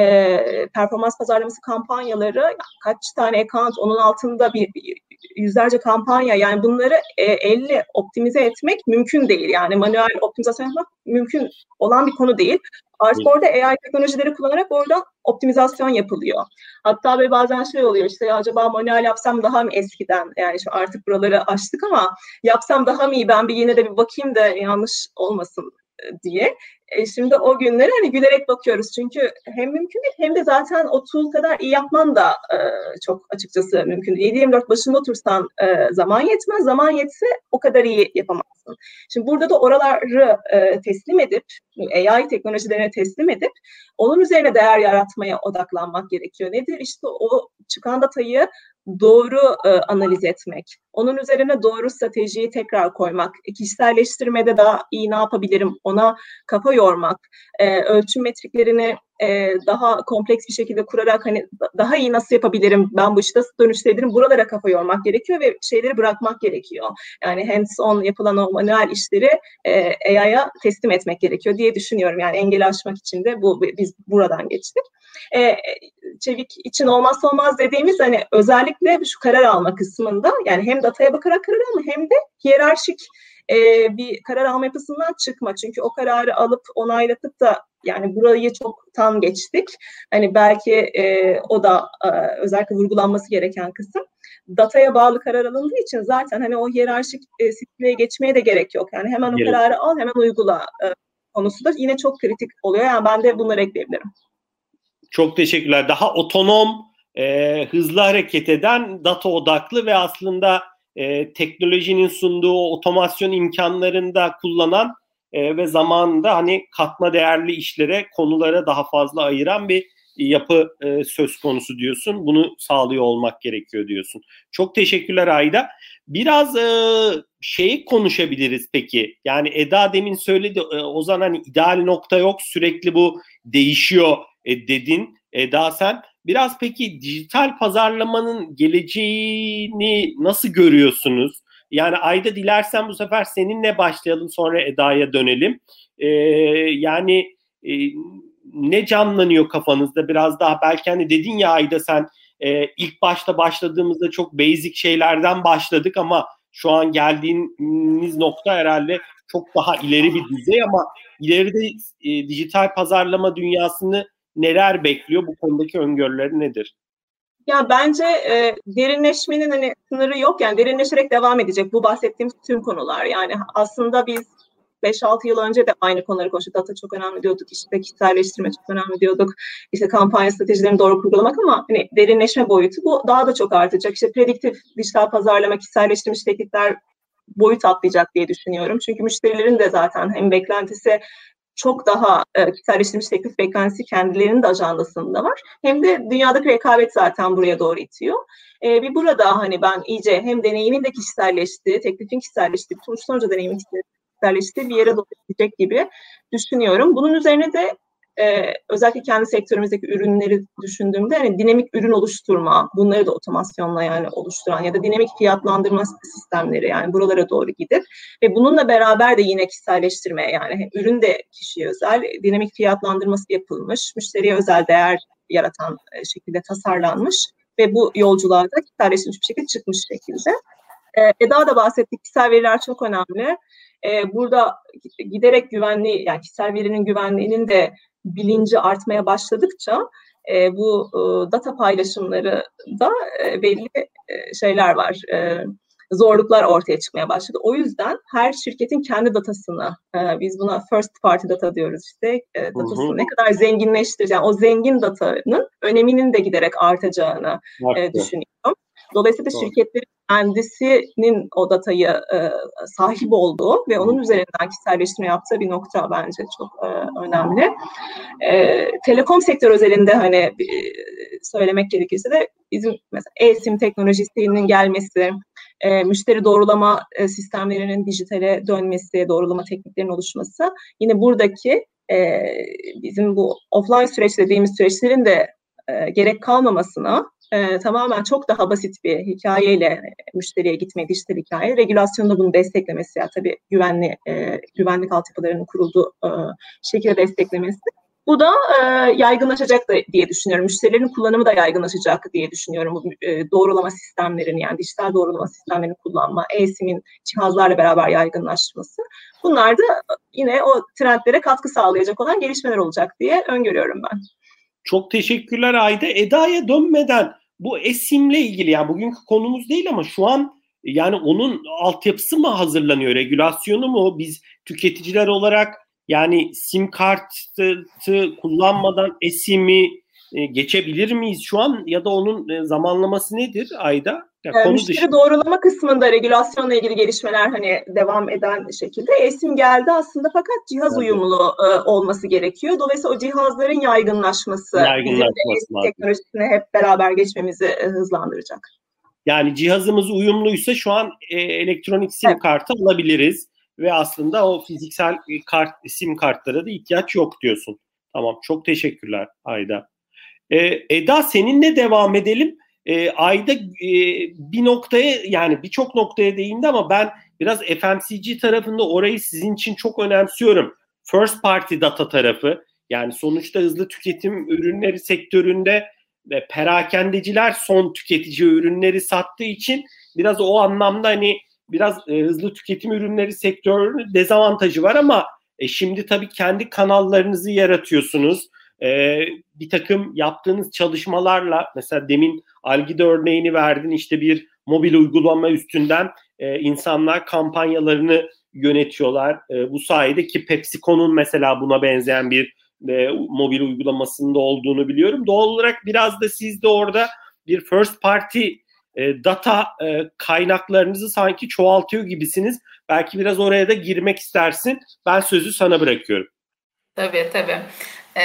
e, performans pazarlaması kampanyaları kaç tane account, onun altında bir, bir yüzlerce kampanya, yani bunları e, elle optimize etmek mümkün değil. Yani manuel optimizasyon yapmak mümkün olan bir konu değil. Artık orada A I teknolojileri kullanarak oradan optimizasyon yapılıyor. Hatta böyle bazen şey oluyor işte, ya acaba manuel yapsam daha mı eskiden, yani şu artık buraları aştık ama yapsam daha mı iyi, ben bir yine de bir bakayım da yanlış olmasın diye. E şimdi o günlere hani gülerek bakıyoruz çünkü hem mümkün değil hem de zaten o tool kadar iyi yapman da e, çok açıkçası mümkün değil. yedi yirmi dört başında otursan e, zaman yetmez, zaman yetse o kadar iyi yapamazsın. Şimdi burada da oraları e, teslim edip, A I teknolojilerine teslim edip onun üzerine değer yaratmaya odaklanmak gerekiyor. Nedir? İşte o çıkan datayı doğru e, analiz etmek, onun üzerine doğru stratejiyi tekrar koymak, kişiselleştirmede daha iyi ne yapabilirim ona kafa yormak, e, ölçüm metriklerini e, daha kompleks bir şekilde kurarak hani daha iyi nasıl yapabilirim, ben bu işi nasıl dönüştürebilirim, buralara kafa yormak gerekiyor ve şeyleri bırakmak gerekiyor. Yani hands-on yapılan o manuel işleri e, A I'ya teslim etmek gerekiyor diye düşünüyorum. Yani engeli aşmak için de bu, biz buradan geçtik. E, Çevik için olmazsa olmaz dediğimiz hani özellikle şu karar alma kısmında, yani hem dataya bakarak karar alma hem de hiyerarşik e, bir karar alma yapısından çıkma. Çünkü o kararı alıp onaylatıp da yani burayı çoktan geçtik. Hani belki e, o da e, özellikle vurgulanması gereken kısım. Dataya bağlı karar alındığı için zaten hani o hiyerarşik e, sistemeye geçmeye de gerek yok. Yani hemen gerek. O kararı al, hemen uygula e, konusu da yine çok kritik oluyor. Yani ben de bunları ekleyebilirim. Çok teşekkürler. Daha otonom, e, hızlı hareket eden, data odaklı ve aslında e, teknolojinin sunduğu otomasyon imkanlarını da kullanan e, ve zamanında hani katma değerli işlere, konulara daha fazla ayıran bir yapı e, söz konusu diyorsun. Bunu sağlıyor olmak gerekiyor diyorsun. Çok teşekkürler Ayda. Biraz e, şeyi konuşabiliriz peki. Yani Eda demin söyledi, e, Ozan hani ideal nokta yok, sürekli bu değişiyor e, dedin Eda sen. Biraz peki dijital pazarlamanın geleceğini nasıl görüyorsunuz? Yani Ayda dilersen bu sefer seninle başlayalım, sonra Eda'ya dönelim. E, yani e, ne canlanıyor kafanızda biraz daha? Belki hani dedin ya Ayda sen e, ilk başta başladığımızda çok basic şeylerden başladık ama şu an geldiğiniz nokta herhalde çok daha ileri bir düzey, ama ileride e, dijital pazarlama dünyasını neler bekliyor? Bu konudaki öngörüleri nedir? Ya bence e, derinleşmenin hani sınırı yok, yani derinleşerek devam edecek bu bahsettiğimiz tüm konular. Yani aslında biz beş altı yıl önce de aynı konuları konuştuk. Data çok önemli diyorduk, işte kişiselleştirme çok önemli diyorduk, işte kampanya stratejilerini doğru kurgulamak, ama hani derinleşme boyutu bu daha da çok artacak. İşte prediktif dijital pazarlama, kişiselleştirilmiş teklifler boyut atlayacak diye düşünüyorum. Çünkü müşterilerin de zaten hem beklentisi çok daha e, kişiselleştirilmiş teklif beklentisi kendilerinin de ajandasında var. Hem de dünyadaki rekabet zaten buraya doğru itiyor. E, bir burada hani ben iyice hem deneyimin de kişiselleştiği, teklifin kişiselleştiği, sonuç sonucu deneyimin kişiselleştiği bir yere doğru gidecek gibi düşünüyorum. Bunun üzerine de e, özellikle kendi sektörümüzdeki ürünleri düşündüğümde hani dinamik ürün oluşturma, bunları da otomasyonla yani oluşturan ya da dinamik fiyatlandırma sistemleri, yani buralara doğru gidip ve bununla beraber de yine kişiselleştirmeye, yani ürün de kişiye özel, dinamik fiyatlandırması yapılmış, müşteriye özel değer yaratan şekilde tasarlanmış ve bu yolculuğa da kişiselleştirilmiş bir şekilde çıkmış şekilde. E, Eda da bahsettik, kişisel veriler çok önemli. E, burada giderek güvenliği, yani kişisel verinin güvenliğinin de bilinci artmaya başladıkça e, bu e, data paylaşımları da e, belli e, şeyler var, e, zorluklar ortaya çıkmaya başladı. O yüzden her şirketin kendi datasını, e, biz buna first party data diyoruz işte, e, datasını ne kadar zenginleştireceğim, o zengin datanın öneminin de giderek artacağını e, düşünüyorum. Dolayısıyla Doğru. şirketlerin kendisinin o datayı e, sahip olduğu ve onun üzerinden kişiselleştirme yaptığı bir nokta bence çok e, önemli. E, telekom sektörü özelinde hani e, söylemek gerekirse de bizim mesela e-sim teknolojisinin gelmesi, e, müşteri doğrulama e, sistemlerinin dijitale dönmesi, doğrulama tekniklerinin oluşması, yine buradaki e, bizim bu offline süreç dediğimiz süreçlerin de e, gerek kalmamasına, Ee, tamamen çok daha basit bir hikayeyle müşteriye gitmeyi, dijital hikaye, regülasyonda bunu desteklemesi, yani tabii güvenli e, güvenlik altyapılarının kurulduğu e, şekilde desteklemesi. Bu da e, yaygınlaşacak da diye düşünüyorum. Müşterilerin kullanımı da yaygınlaşacak diye düşünüyorum. Bu e, doğrulama sistemlerini, yani dijital doğrulama sistemlerini kullanma, e-sim'in cihazlarla beraber yaygınlaşması. Bunlar da yine o trendlere katkı sağlayacak olan gelişmeler olacak diye öngörüyorum ben. Çok teşekkürler Ayda. Eda'ya dönmeden bu eSIM'le ilgili, yani bugünkü konumuz değil ama şu an yani onun altyapısı mı hazırlanıyor, regülasyonu mu? Biz tüketiciler olarak yani sim kartı kullanmadan eSIM'i e, geçebilir miyiz şu an, ya da onun e, zamanlaması nedir Ayda? Ya, konu müşteri dışı... doğrulama kısmında regülasyonla ilgili gelişmeler hani devam eden şekilde eSIM geldi aslında, fakat cihaz evet. uyumlu e, olması gerekiyor. Dolayısıyla o cihazların yaygınlaşması, yaygınlaşması bizim de teknolojisine hep beraber geçmemizi e, hızlandıracak. Yani cihazımız uyumluysa şu an e, elektronik sim evet. kartı alabiliriz ve aslında o fiziksel kart, sim kartlara da ihtiyaç yok diyorsun. Tamam, çok teşekkürler Ayda. E, Eda, seninle devam edelim. E, Ayda e, bir noktaya, yani birçok noktaya değindi ama ben biraz F M C G tarafında orayı sizin için çok önemsiyorum. First party data tarafı, yani sonuçta hızlı tüketim ürünleri sektöründe ve perakendeciler son tüketici ürünleri sattığı için biraz o anlamda hani biraz e, hızlı tüketim ürünleri sektörünün dezavantajı var ama e, şimdi tabii kendi kanallarınızı yaratıyorsunuz. Ee, bir takım yaptığınız çalışmalarla, mesela demin Algida örneğini verdin, işte bir mobil uygulama üstünden e, insanlar kampanyalarını yönetiyorlar. E, bu sayede, ki PepsiCo'nun mesela buna benzeyen bir e, mobil uygulamasında olduğunu biliyorum. Doğal olarak biraz da siz de orada bir first party e, data e, kaynaklarınızı sanki çoğaltıyor gibisiniz. Belki biraz oraya da girmek istersin. Ben sözü sana bırakıyorum. Tabii tabii. Ee,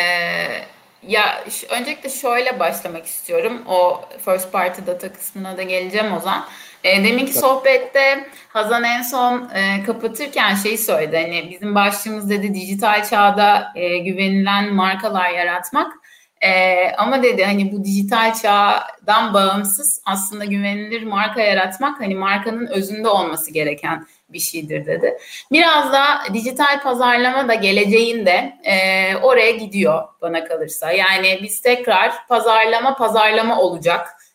ya ş- öncelikle şöyle başlamak istiyorum. O first party data kısmına da geleceğim Ozan. E, deminki sohbette Hazan en son e, kapatırken şeyi söyledi. Hani bizim başlığımız dedi dijital çağda e, güvenilen markalar yaratmak. E, ama dedi hani bu dijital çağdan bağımsız aslında güvenilir marka yaratmak hani markanın özünde olması gereken bir şeydir dedi. Biraz da dijital pazarlama da geleceğinde e, oraya gidiyor bana kalırsa. Yani biz tekrar pazarlama pazarlama olacak.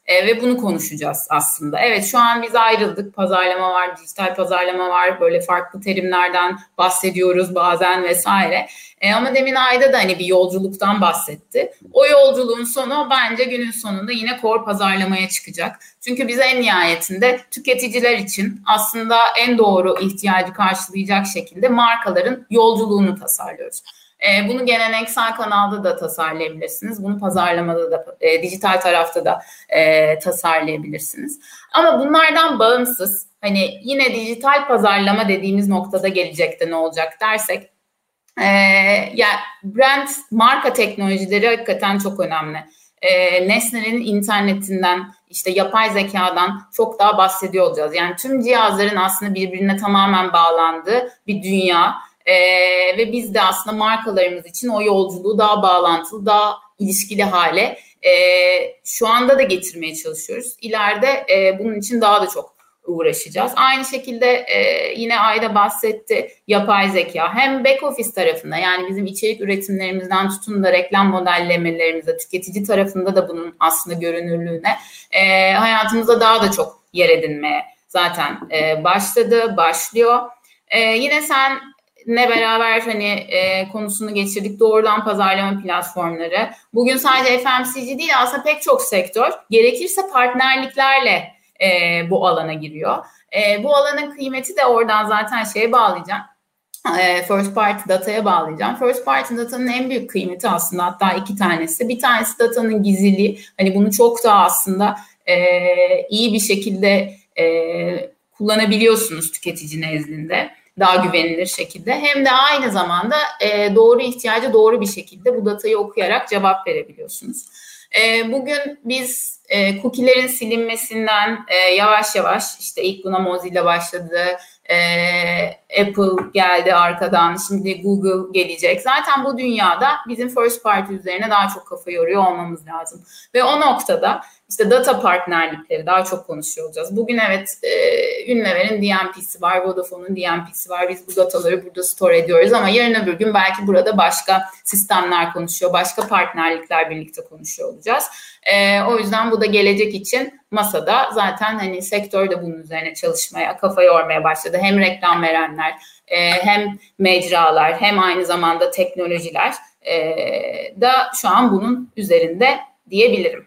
E, ve bunu konuşacağız aslında. Evet, şu an biz ayrıldık. Pazarlama var, dijital pazarlama var. Böyle farklı terimlerden bahsediyoruz bazen vesaire. E, ama demin Ayda da hani bir yolculuktan bahsetti. O yolculuğun sonu bence günün sonunda yine core pazarlamaya çıkacak. Çünkü biz en nihayetinde tüketiciler için aslında en doğru ihtiyacı karşılayacak şekilde markaların yolculuğunu tasarlıyoruz. E, bunu geleneksel kanalda da tasarlayabilirsiniz. Bunu pazarlamada da, e, dijital tarafta da e, tasarlayabilirsiniz. Ama bunlardan bağımsız, hani yine dijital pazarlama dediğimiz noktada gelecekte ne olacak dersek, e, yani brand, marka teknolojileri hakikaten çok önemli. E, nesnelerin internetinden, işte yapay zekadan çok daha bahsediyor olacağız. Yani tüm cihazların aslında birbirine tamamen bağlandığı bir dünya. Ee, ve biz de aslında markalarımız için o yolculuğu daha bağlantılı, daha ilişkili hale e, şu anda da getirmeye çalışıyoruz. İleride e, bunun için daha da çok uğraşacağız. Aynı şekilde e, yine Ayda bahsetti, yapay zeka hem back office tarafında, yani bizim içerik üretimlerimizden tutun da reklam modellemelerimize, tüketici tarafında da bunun aslında görünürlüğüne e, hayatımızda daha da çok yer edinmeye zaten e, başladı, başlıyor. E, yine sen ne beraber hani e, konusunu geçirdik, doğrudan pazarlama platformları. Bugün sadece F M C G değil, aslında pek çok sektör gerekirse partnerliklerle e, bu alana giriyor. E, bu alanın kıymeti de oradan zaten şeye bağlayacağım. E, first party data'ya bağlayacağım. First party datanın en büyük kıymeti aslında hatta iki tanesi. Bir tanesi datanın gizliliği. Hani bunu çok daha aslında e, iyi bir şekilde e, kullanabiliyorsunuz tüketici nezdinde. Daha güvenilir şekilde, hem de aynı zamanda e, doğru ihtiyacı doğru bir şekilde bu datayı okuyarak cevap verebiliyorsunuz. E, bugün biz e, cookie'lerin silinmesinden e, yavaş yavaş, işte ilk buna Mozilla başladı, e, Apple geldi arkadan, şimdi Google gelecek. Zaten bu dünyada bizim first party üzerine daha çok kafa yoruyor olmamız lazım. Ve o noktada işte data partnerlikleri daha çok konuşuyor olacağız. Bugün evet e, Unilever'in D M P'si var, Vodafone'un D M P'si var. Biz bu dataları burada store ediyoruz ama yarın öbür gün belki burada başka sistemler konuşuyor, başka partnerlikler birlikte konuşuyor olacağız. E, o yüzden bu da gelecek için masada. Zaten hani sektör de bunun üzerine çalışmaya, kafa yormaya başladı. Hem reklam verenler, e, hem mecralar, hem aynı zamanda teknolojiler e, da şu an bunun üzerinde diyebilirim.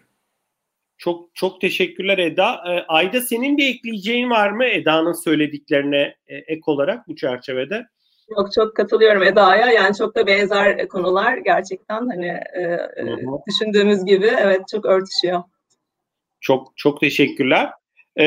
Çok çok teşekkürler Eda. E, Ayda, senin bir ekleyeceğin var mı Eda'nın söylediklerine e, ek olarak bu çerçevede? Yok, çok katılıyorum Eda'ya. Yani çok da benzer konular gerçekten hani e, düşündüğümüz gibi evet çok örtüşüyor. Çok çok teşekkürler. E,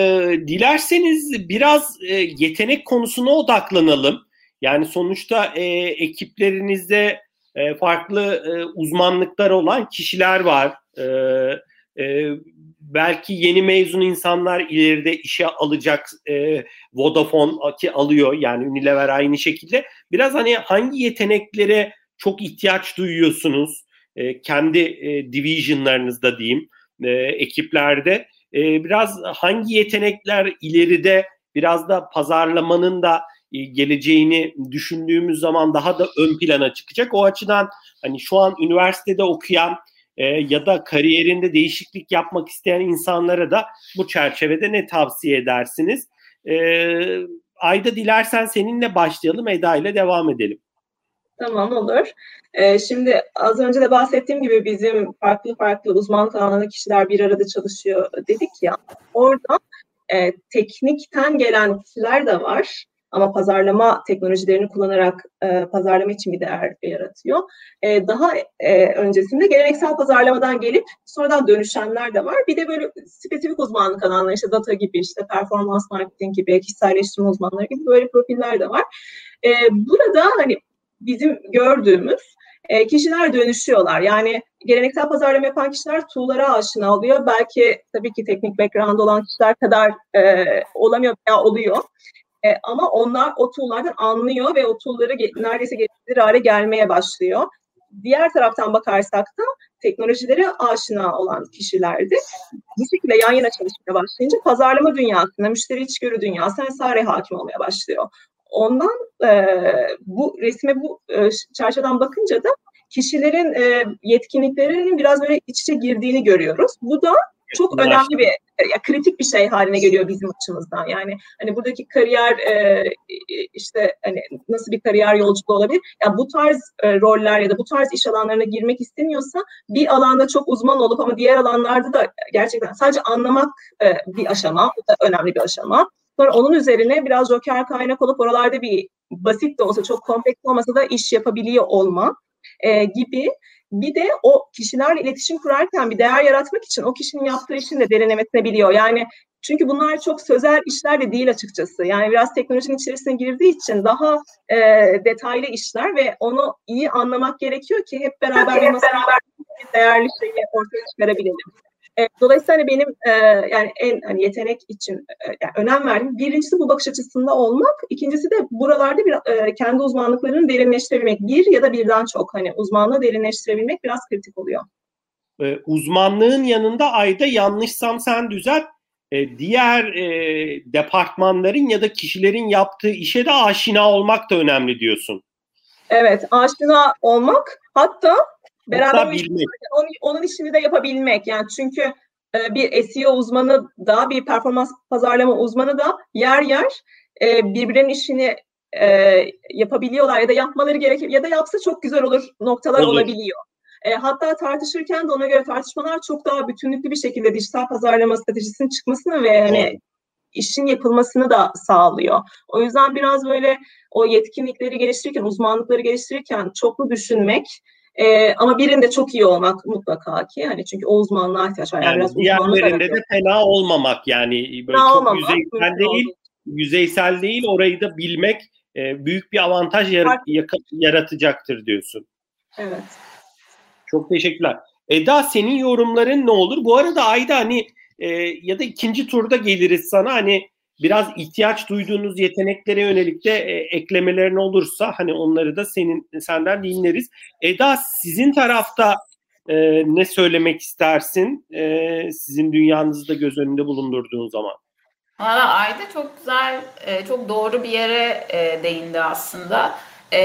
dilerseniz biraz e, yetenek konusuna odaklanalım. Yani sonuçta e, ekiplerinizde e, farklı e, uzmanlıklar olan kişiler var. Evet. Ee, belki yeni mezun insanlar ileride işe alacak, e, Vodafone ki alıyor, yani Unilever aynı şekilde. Biraz hani hangi yeteneklere çok ihtiyaç duyuyorsunuz e, kendi e, divisionlarınızda diyeyim, e, ekiplerde e, biraz hangi yetenekler ileride biraz da pazarlamanın da e, geleceğini düşündüğümüz zaman daha da ön plana çıkacak. O açıdan hani şu an üniversitede okuyan E, ya da kariyerinde değişiklik yapmak isteyen insanlara da bu çerçevede ne tavsiye edersiniz? E, Ayda, dilersen seninle başlayalım, Eda ile devam edelim. Tamam, olur. Ee, şimdi az önce de bahsettiğim gibi bizim farklı farklı uzmanlık alanında kişiler bir arada çalışıyor dedik ya. Orada e, teknikten gelen kişiler de var. Ama pazarlama teknolojilerini kullanarak e, pazarlama için bir değer yaratıyor. E, daha e, öncesinde geleneksel pazarlamadan gelip sonradan dönüşenler de var. Bir de böyle spesifik uzmanlık alanları, işte data gibi, işte performans marketing gibi, kişiselleştirme uzmanları gibi böyle profiller de var. E, burada hani bizim gördüğümüz e, kişiler dönüşüyorlar. Yani geleneksel pazarlama yapan kişiler tool'lara aşina oluyor. Belki tabii ki teknik background olan kişiler kadar e, olamıyor veya oluyor. E, ama onlar o tool'lardan anlıyor ve o tool'ları ge- neredeyse geliştirir hale gelmeye başlıyor. Diğer taraftan bakarsak da teknolojilere aşina olan kişilerde bu şekilde yan yana çalışmaya başlayınca pazarlama dünyasına, müşteri içgörü dünyasına vesaire hakim olmaya başlıyor. Ondan e, bu resme bu e, çerçeveden bakınca da kişilerin e, yetkinliklerinin biraz böyle iç içe girdiğini görüyoruz. Bu da çok önemli bir, ya, kritik bir şey haline geliyor bizim açımızdan. Yani hani buradaki kariyer e, işte hani nasıl bir kariyer yolculuğu olabilir? Yani bu tarz e, roller ya da bu tarz iş alanlarına girmek istemiyorsa bir alanda çok uzman olup ama diğer alanlarda da gerçekten sadece anlamak e, bir aşama, bu da önemli bir aşama. Sonra onun üzerine biraz joker kaynak olup oralarda bir basit de olsa, çok kompleks olmasa da iş yapabiliyor olma e, gibi. Bir de o kişilerle iletişim kurarken bir değer yaratmak için o kişinin yaptığı işin de derinlemesine biliyor. Yani çünkü bunlar çok sözel işler de değil açıkçası. Yani biraz teknolojinin içerisine girdiği için daha e, detaylı işler ve onu iyi anlamak gerekiyor ki hep beraber bir masada değerli şeyi ortaya çıkarabilelim. E, dolayısıyla hani benim e, yani en hani yetenek için e, yani önem verdiğim birincisi bu bakış açısında olmak, ikincisi de buralarda bir e, kendi uzmanlıklarını derinleştirebilmek, bir ya da birden çok hani uzmanlığı derinleştirebilmek biraz kritik oluyor. E, uzmanlığın yanında Ayda, yanlışsam sen düzelt, e, diğer e, departmanların ya da kişilerin yaptığı işe de aşina olmak da önemli diyorsun. Evet, aşina olmak, hatta beraber bilmek. Onun, onun işini de yapabilmek. Yani çünkü e, bir S E O uzmanı da, bir performans pazarlama uzmanı da yer yer e, birbirinin işini e, yapabiliyorlar ya da yapmaları gerekir ya da yapsa çok güzel olur noktalar olur. olabiliyor. E, hatta tartışırken de ona göre tartışmalar çok daha bütünlüklü bir şekilde dijital pazarlama stratejisinin çıkmasını ve hani evet. işin yapılmasını da sağlıyor. O yüzden biraz böyle o yetkinlikleri geliştirirken, uzmanlıkları geliştirirken çoklu düşünmek, Ee, ama birinde çok iyi olmak mutlaka ki, hani çünkü o uzmanlığa ihtiyaç var. Yani, yani diğerlerinde de fena olmamak, yani böyle fena çok olmamak, yüzeysel değil, oldu. yüzeysel değil, orayı da bilmek e, büyük bir avantaj yar- yaratacaktır diyorsun. Evet. Çok teşekkürler. Eda, senin yorumların ne olur? Bu arada Ayda, hani e, ya da ikinci turda geliriz sana, hani biraz ihtiyaç duyduğunuz yeteneklere yönelik de e, eklemelerin olursa hani onları da senin senden dinleriz. Eda, sizin tarafta e, ne söylemek istersin? E, sizin dünyanızı da göz önünde bulundurduğun zaman. Valla Ayda çok güzel, e, çok doğru bir yere e, değindi aslında.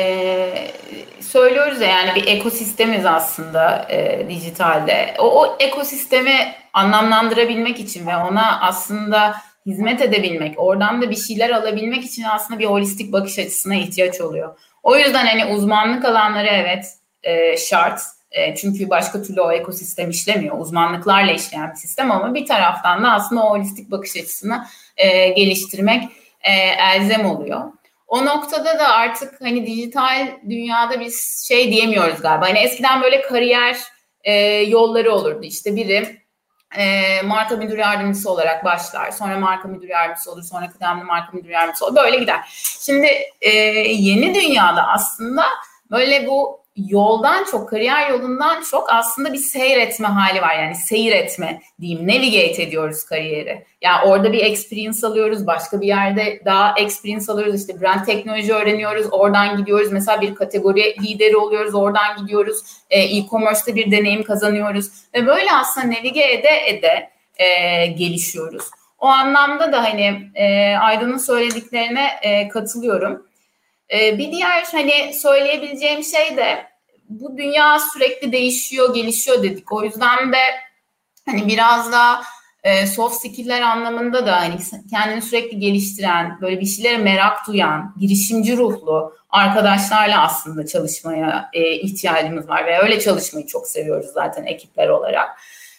Ee, söylüyoruz ya, yani bir ekosistemiz aslında e, dijitalde. O, o ekosistemi anlamlandırabilmek için ve ona aslında hizmet edebilmek, oradan da bir şeyler alabilmek için aslında bir holistik bakış açısına ihtiyaç oluyor. O yüzden hani uzmanlık alanları evet e, şart. E, çünkü başka türlü o ekosistem işlemiyor. Uzmanlıklarla işleyen bir sistem, ama bir taraftan da aslında o holistik bakış açısını e, geliştirmek e, elzem oluyor. O noktada da artık hani dijital dünyada biz şey diyemiyoruz galiba. Hani eskiden böyle kariyer e, yolları olurdu. İşte biri e, marka müdür yardımcısı olarak başlar. Sonra marka müdür yardımcısı olur. Sonra kıdemli marka müdür yardımcısı olur. Böyle gider. Şimdi e, yeni dünyada aslında böyle bu yoldan çok, kariyer yolundan çok aslında bir seyretme hali var. Yani seyretme diyeyim, navigate ediyoruz kariyeri. Yani orada bir experience alıyoruz, başka bir yerde daha experience alıyoruz. İşte brand teknoloji öğreniyoruz, oradan gidiyoruz. Mesela bir kategori lideri oluyoruz, oradan gidiyoruz. E, e-commerce'te bir deneyim kazanıyoruz. Ve böyle aslında navigate ede ede e, gelişiyoruz. O anlamda da hani e, Aydın'ın söylediklerine e, katılıyorum. Bir diğer hani söyleyebileceğim şey de, bu dünya sürekli değişiyor, gelişiyor dedik. O yüzden de hani biraz da e, soft skill'ler anlamında da hani kendini sürekli geliştiren, böyle bir şeylere merak duyan, girişimci ruhlu arkadaşlarla aslında çalışmaya e, ihtiyacımız var ve öyle çalışmayı çok seviyoruz zaten ekipler olarak.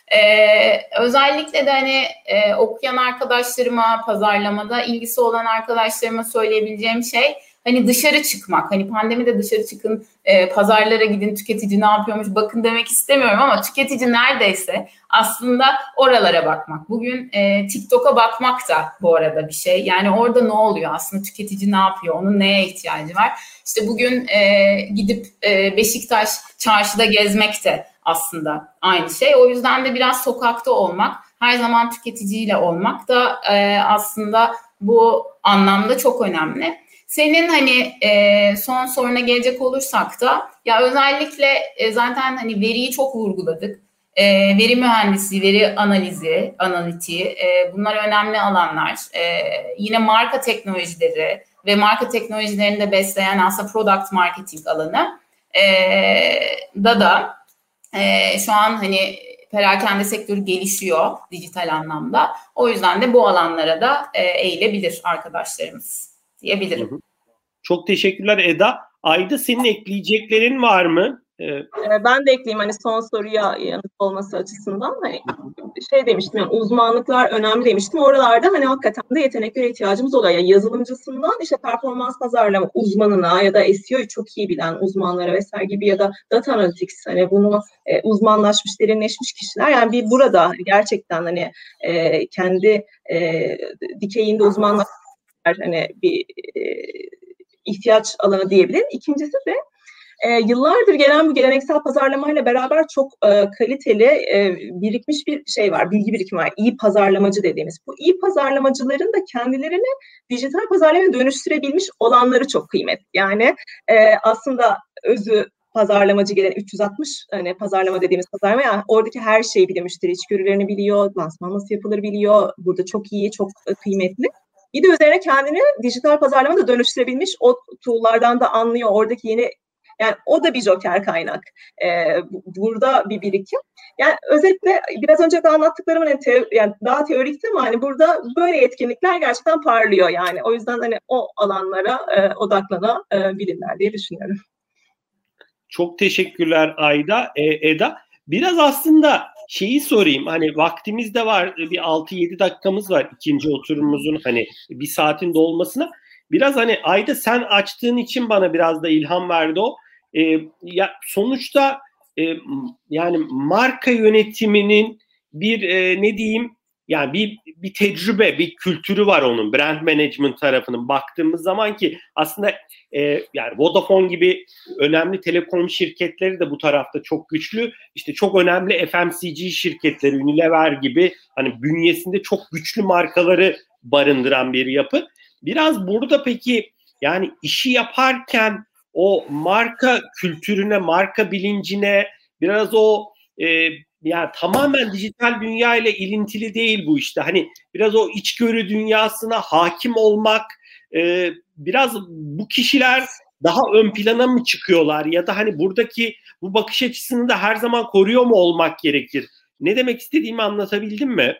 Ee, özellikle de hani e, okuyan arkadaşlarıma, pazarlamada ilgisi olan arkadaşlarıma söyleyebileceğim şey, hani dışarı çıkmak. Hani pandemide dışarı çıkın, e, pazarlara gidin, tüketici ne yapıyormuş bakın demek istemiyorum, ama tüketici neredeyse aslında oralara bakmak. Bugün e, TikTok'a bakmak da bu arada bir şey. Yani orada ne oluyor aslında, tüketici ne yapıyor, onun neye ihtiyacı var? İşte bugün e, gidip e, Beşiktaş çarşıda gezmek de aslında aynı şey. O yüzden de biraz sokakta olmak, her zaman tüketiciyle olmak da e, aslında bu anlamda çok önemli. Senin hani e, son soruna gelecek olursak da, ya özellikle e, zaten hani veriyi çok vurguladık. E, veri mühendisi, veri analizi, analitiği, e, bunlar önemli alanlar. E, yine marka teknolojileri ve marka teknolojilerini de besleyen aslında product marketing alanı e, da da e, şu an hani perakende sektörü gelişiyor dijital anlamda. O yüzden de bu alanlara da e, eğilebilir arkadaşlarımız diyebilirim. Hı hı. Çok teşekkürler Eda. Ayda senin ekleyeceklerin var mı? Ee, Ben de ekleyeyim hani son soruya yanıt olması açısından. Hani şey demiştim, yani uzmanlıklar önemli demiştim. Oralarda hani hakikaten de yeteneklere ihtiyacımız oluyor. Yani yazılımcısından işte performans pazarlama uzmanına ya da S E O'yu çok iyi bilen uzmanlara vesaire gibi ya da data analytics hani bunu e, uzmanlaşmış, derinleşmiş kişiler. Yani bir burada gerçekten hani e, kendi e, dikeyinde uzmanlaşmış hani bir e, ihtiyaç alanı diyebilirim. İkincisi de E, yıllardır gelen bu geleneksel pazarlamayla beraber çok e, kaliteli e, birikmiş bir şey var, bilgi birikimi var. İyi pazarlamacı dediğimiz. Bu iyi pazarlamacıların da kendilerini dijital pazarlamaya dönüştürebilmiş olanları çok kıymetli. Yani e, aslında özü pazarlamacı gelen üç yüz altmış hani pazarlama dediğimiz pazarlama, yani oradaki her şeyi biliyor, müşteri içgörülerini biliyor, lansman nasıl yapılır biliyor. Burada çok iyi, çok kıymetli. Bir de üzerine kendini dijital pazarlamada dönüştürebilmiş o tool'lardan da anlıyor. Oradaki yeni, yani o da bir joker kaynak. Ee, burada bir birikim. Yani özetle biraz önce de anlattıklarım hani teo, yani daha teorikti ama hani burada böyle etkinlikler gerçekten parlıyor yani. O yüzden hani o alanlara e, odaklanabilirler diye düşünüyorum. Çok teşekkürler Ayda, e, Eda. Biraz aslında şeyi sorayım. Hani vaktimiz de var. Bir altı yedi dakikamız var ikinci oturumumuzun hani bir saatin dolmasına. Biraz hani Ayda sen açtığın için bana biraz da ilham verdi o. E, ya sonuçta e, yani marka yönetiminin bir e, ne diyeyim yani bir bir tecrübe, bir kültürü var onun brand management tarafının baktığımız zaman ki aslında e, yani Vodafone gibi önemli telekom şirketleri de bu tarafta çok güçlü. İşte çok önemli F M C G şirketleri, Unilever gibi hani bünyesinde çok güçlü markaları barındıran bir yapı. Biraz burada peki yani işi yaparken o marka kültürüne, marka bilincine biraz o e, yani tamamen dijital dünya ile ilintili değil bu işte. Hani biraz o içgörü dünyasına hakim olmak, e, biraz bu kişiler daha ön plana mı çıkıyorlar ya da hani buradaki bu bakış açısını da her zaman koruyor mu olmak gerekir? Ne demek istediğimi anlatabildim mi?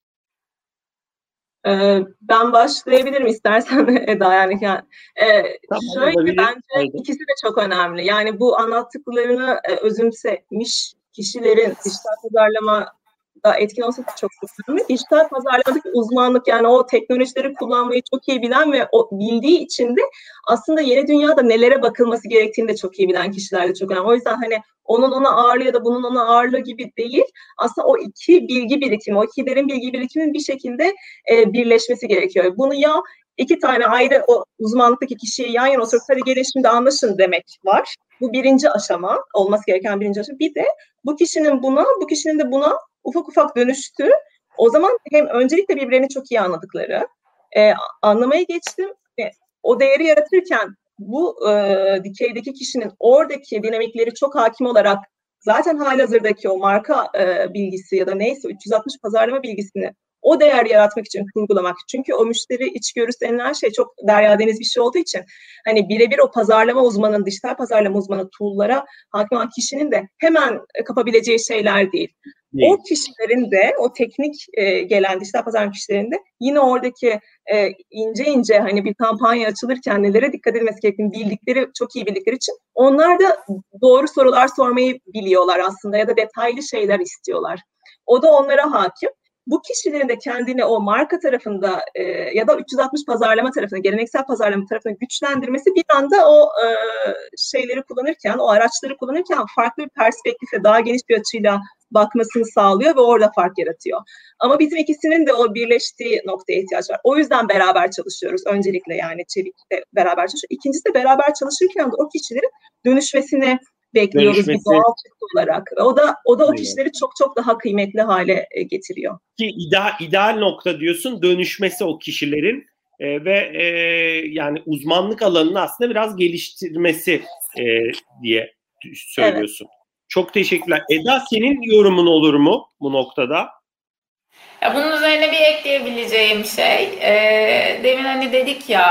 Ben başlayabilirim istersen Eda yani. yani e, Tamam, şöyle olabilir. bence Haydi. ikisi de çok önemli. Yani bu anlattıklarını e, özümsemiş kişilerin dijital pazarlama da etkin olsa çok önemli. Dijital pazarlamadaki uzmanlık yani o teknolojileri kullanmayı çok iyi bilen ve o bildiği için de aslında yeni dünyada nelere bakılması gerektiğini de çok iyi bilen kişiler de çok önemli. O yüzden hani onun ona ağırlığı ya da bunun ona ağırlığı gibi değil. Aslında o iki bilgi birikimi, o iki derin bilgi birikiminin bir şekilde e, birleşmesi gerekiyor. Bunu ya iki tane ayrı o uzmanlıktaki kişiyi yan yana oturup hadi gelin şimdi anlaşın demek var. Bu birinci aşama, olması gereken birinci aşama. Bir de bu kişinin buna, bu kişinin de buna ufak ufak dönüştü. O zaman hem öncelikle birbirlerini çok iyi anladıkları, e, anlamaya geçtim. E, o değeri yaratırken bu e, dikeydeki kişinin oradaki dinamikleri çok hakim olarak zaten halihazırdaki o marka e, bilgisi ya da neyse üç yüz altmış pazarlama bilgisini o değer yaratmak için kurgulamak. Çünkü o müşteri içgörüsü denilen şey çok derya deniz bir şey olduğu için hani birebir o pazarlama uzmanının, dijital pazarlama uzmanı tool'lara hakim olan kişinin de hemen kapabileceği şeyler değil. değil. O kişilerin de, o teknik e, gelen dijital pazarlama kişilerin de yine oradaki e, ince ince hani bir kampanya açılırken nelere dikkat edilmesi gerektiğini bildikleri, çok iyi bildikleri için onlar da doğru sorular sormayı biliyorlar aslında ya da detaylı şeyler istiyorlar. O da onlara hakim. Bu kişilerin de kendini o marka tarafında e, ya da üç yüz altmış pazarlama tarafında, geleneksel pazarlama tarafında güçlendirmesi bir anda o e, şeyleri kullanırken, o araçları kullanırken farklı bir perspektifle, daha geniş bir açıyla bakmasını sağlıyor ve orada fark yaratıyor. Ama bizim ikisinin de o birleştiği noktaya ihtiyaç var. O yüzden beraber çalışıyoruz. Öncelikle yani Çevik'le beraber çalışıyoruz. İkincisi de beraber çalışırken de o kişilerin dönüşmesini bekliyoruz Dönüşmesi. bir doğal çıktı olarak. O da o da o kişileri çok çok daha kıymetli hale getiriyor. Ki ideal, ideal nokta diyorsun dönüşmesi o kişilerin e, ve e, yani uzmanlık alanını aslında biraz geliştirmesi e, diye söylüyorsun. Evet. Çok teşekkürler. Eda senin yorumun olur mu bu noktada? Ya bunun üzerine bir ekleyebileceğim şey, e, demin hani dedik ya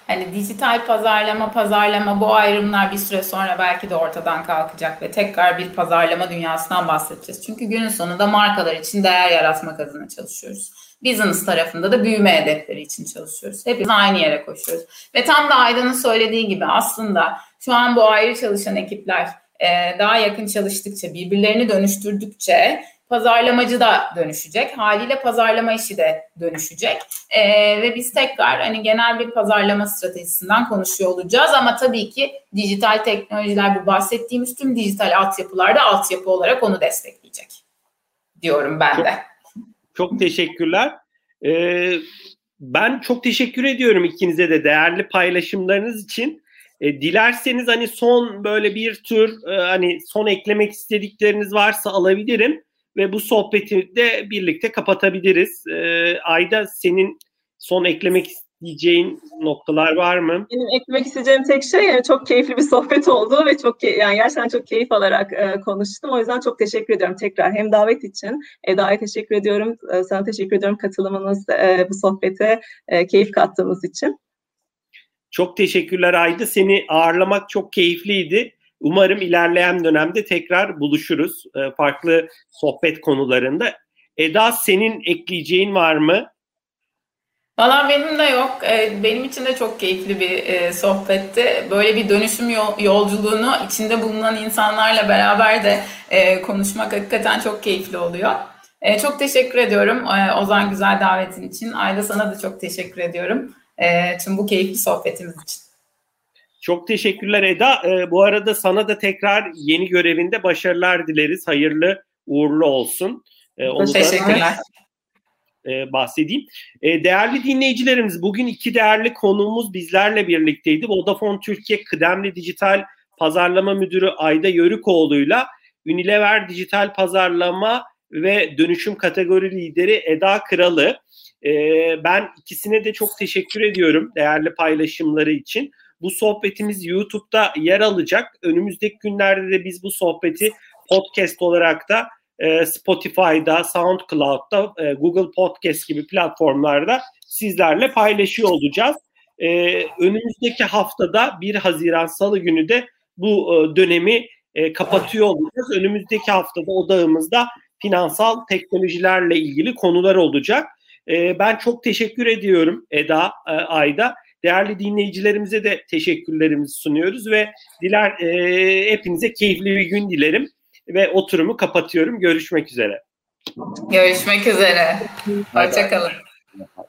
Hani dijital pazarlama, pazarlama bu ayrımlar bir süre sonra belki de ortadan kalkacak ve tekrar bir pazarlama dünyasından bahsedeceğiz. Çünkü günün sonunda markalar için değer yaratmak adına çalışıyoruz. Business tarafında da büyüme hedefleri için çalışıyoruz. Hepimiz aynı yere koşuyoruz. Ve tam da Aydan'ın söylediği gibi aslında şu an bu ayrı çalışan ekipler daha yakın çalıştıkça, birbirlerini dönüştürdükçe pazarlamacı da dönüşecek. Haliyle pazarlama işi de dönüşecek. Ee, ve biz tekrar hani genel bir pazarlama stratejisinden konuşuyor olacağız. Ama tabii ki dijital teknolojiler, bu bahsettiğimiz tüm dijital altyapılarda altyapı olarak onu destekleyecek diyorum ben de. Çok, çok teşekkürler. Ee, ben çok teşekkür ediyorum ikinize de değerli paylaşımlarınız için. E, dilerseniz hani son böyle bir tür e, hani son eklemek istedikleriniz varsa alabilirim. Ve bu sohbeti de birlikte kapatabiliriz. Ee, Ayda, senin son eklemek isteyeceğin noktalar var mı? Benim eklemek isteyeceğim tek şey, yani çok keyifli bir sohbet oldu ve çok yani gerçekten çok keyif alarak e, konuştum. O yüzden çok teşekkür ediyorum tekrar. Hem davet için Eda'ya teşekkür ediyorum. E, sana teşekkür ediyorum katılımınız e, bu sohbete e, keyif kattığımız için. Çok teşekkürler Ayda. Seni ağırlamak çok keyifliydi. Umarım ilerleyen dönemde tekrar buluşuruz e, farklı sohbet konularında. Eda, senin ekleyeceğin var mı? Valla benim de yok. Benim için de çok keyifli bir sohbetti. Böyle bir dönüşüm yolculuğunu içinde bulunan insanlarla beraber de konuşmak hakikaten çok keyifli oluyor. Çok teşekkür ediyorum Ozan, güzel davetin için. Ayda, sana da çok teşekkür ediyorum tüm bu keyifli sohbetimiz için. Çok teşekkürler Eda. Ee, bu arada sana da tekrar yeni görevinde başarılar dileriz. Hayırlı uğurlu olsun. Ee, onu Teşekkürler. Da, e, bahsedeyim. E, değerli dinleyicilerimiz, bugün iki değerli konuğumuz bizlerle birlikteydi. Vodafone Türkiye Kıdemli Dijital Pazarlama Müdürü Ayda Yörükoğlu'yla Unilever Dijital Pazarlama ve Dönüşüm Kategori Lideri Eda Kralı. E, ben ikisine de çok teşekkür ediyorum değerli paylaşımları için. Bu sohbetimiz YouTube'da yer alacak. Önümüzdeki günlerde de biz bu sohbeti podcast olarak da e, Spotify'da, SoundCloud'da, e, Google Podcast gibi platformlarda sizlerle paylaşıyor olacağız. E, önümüzdeki haftada bir Haziran Salı günü de bu e, dönemi e, kapatıyor olacağız. Önümüzdeki haftada odağımızda finansal teknolojilerle ilgili konular olacak. E, ben çok teşekkür ediyorum Eda, e, Ayda. Değerli dinleyicilerimize de teşekkürlerimizi sunuyoruz ve diler e, hepinize keyifli bir gün dilerim ve oturumu kapatıyorum. Görüşmek üzere. Görüşmek üzere. Hoşça kalın.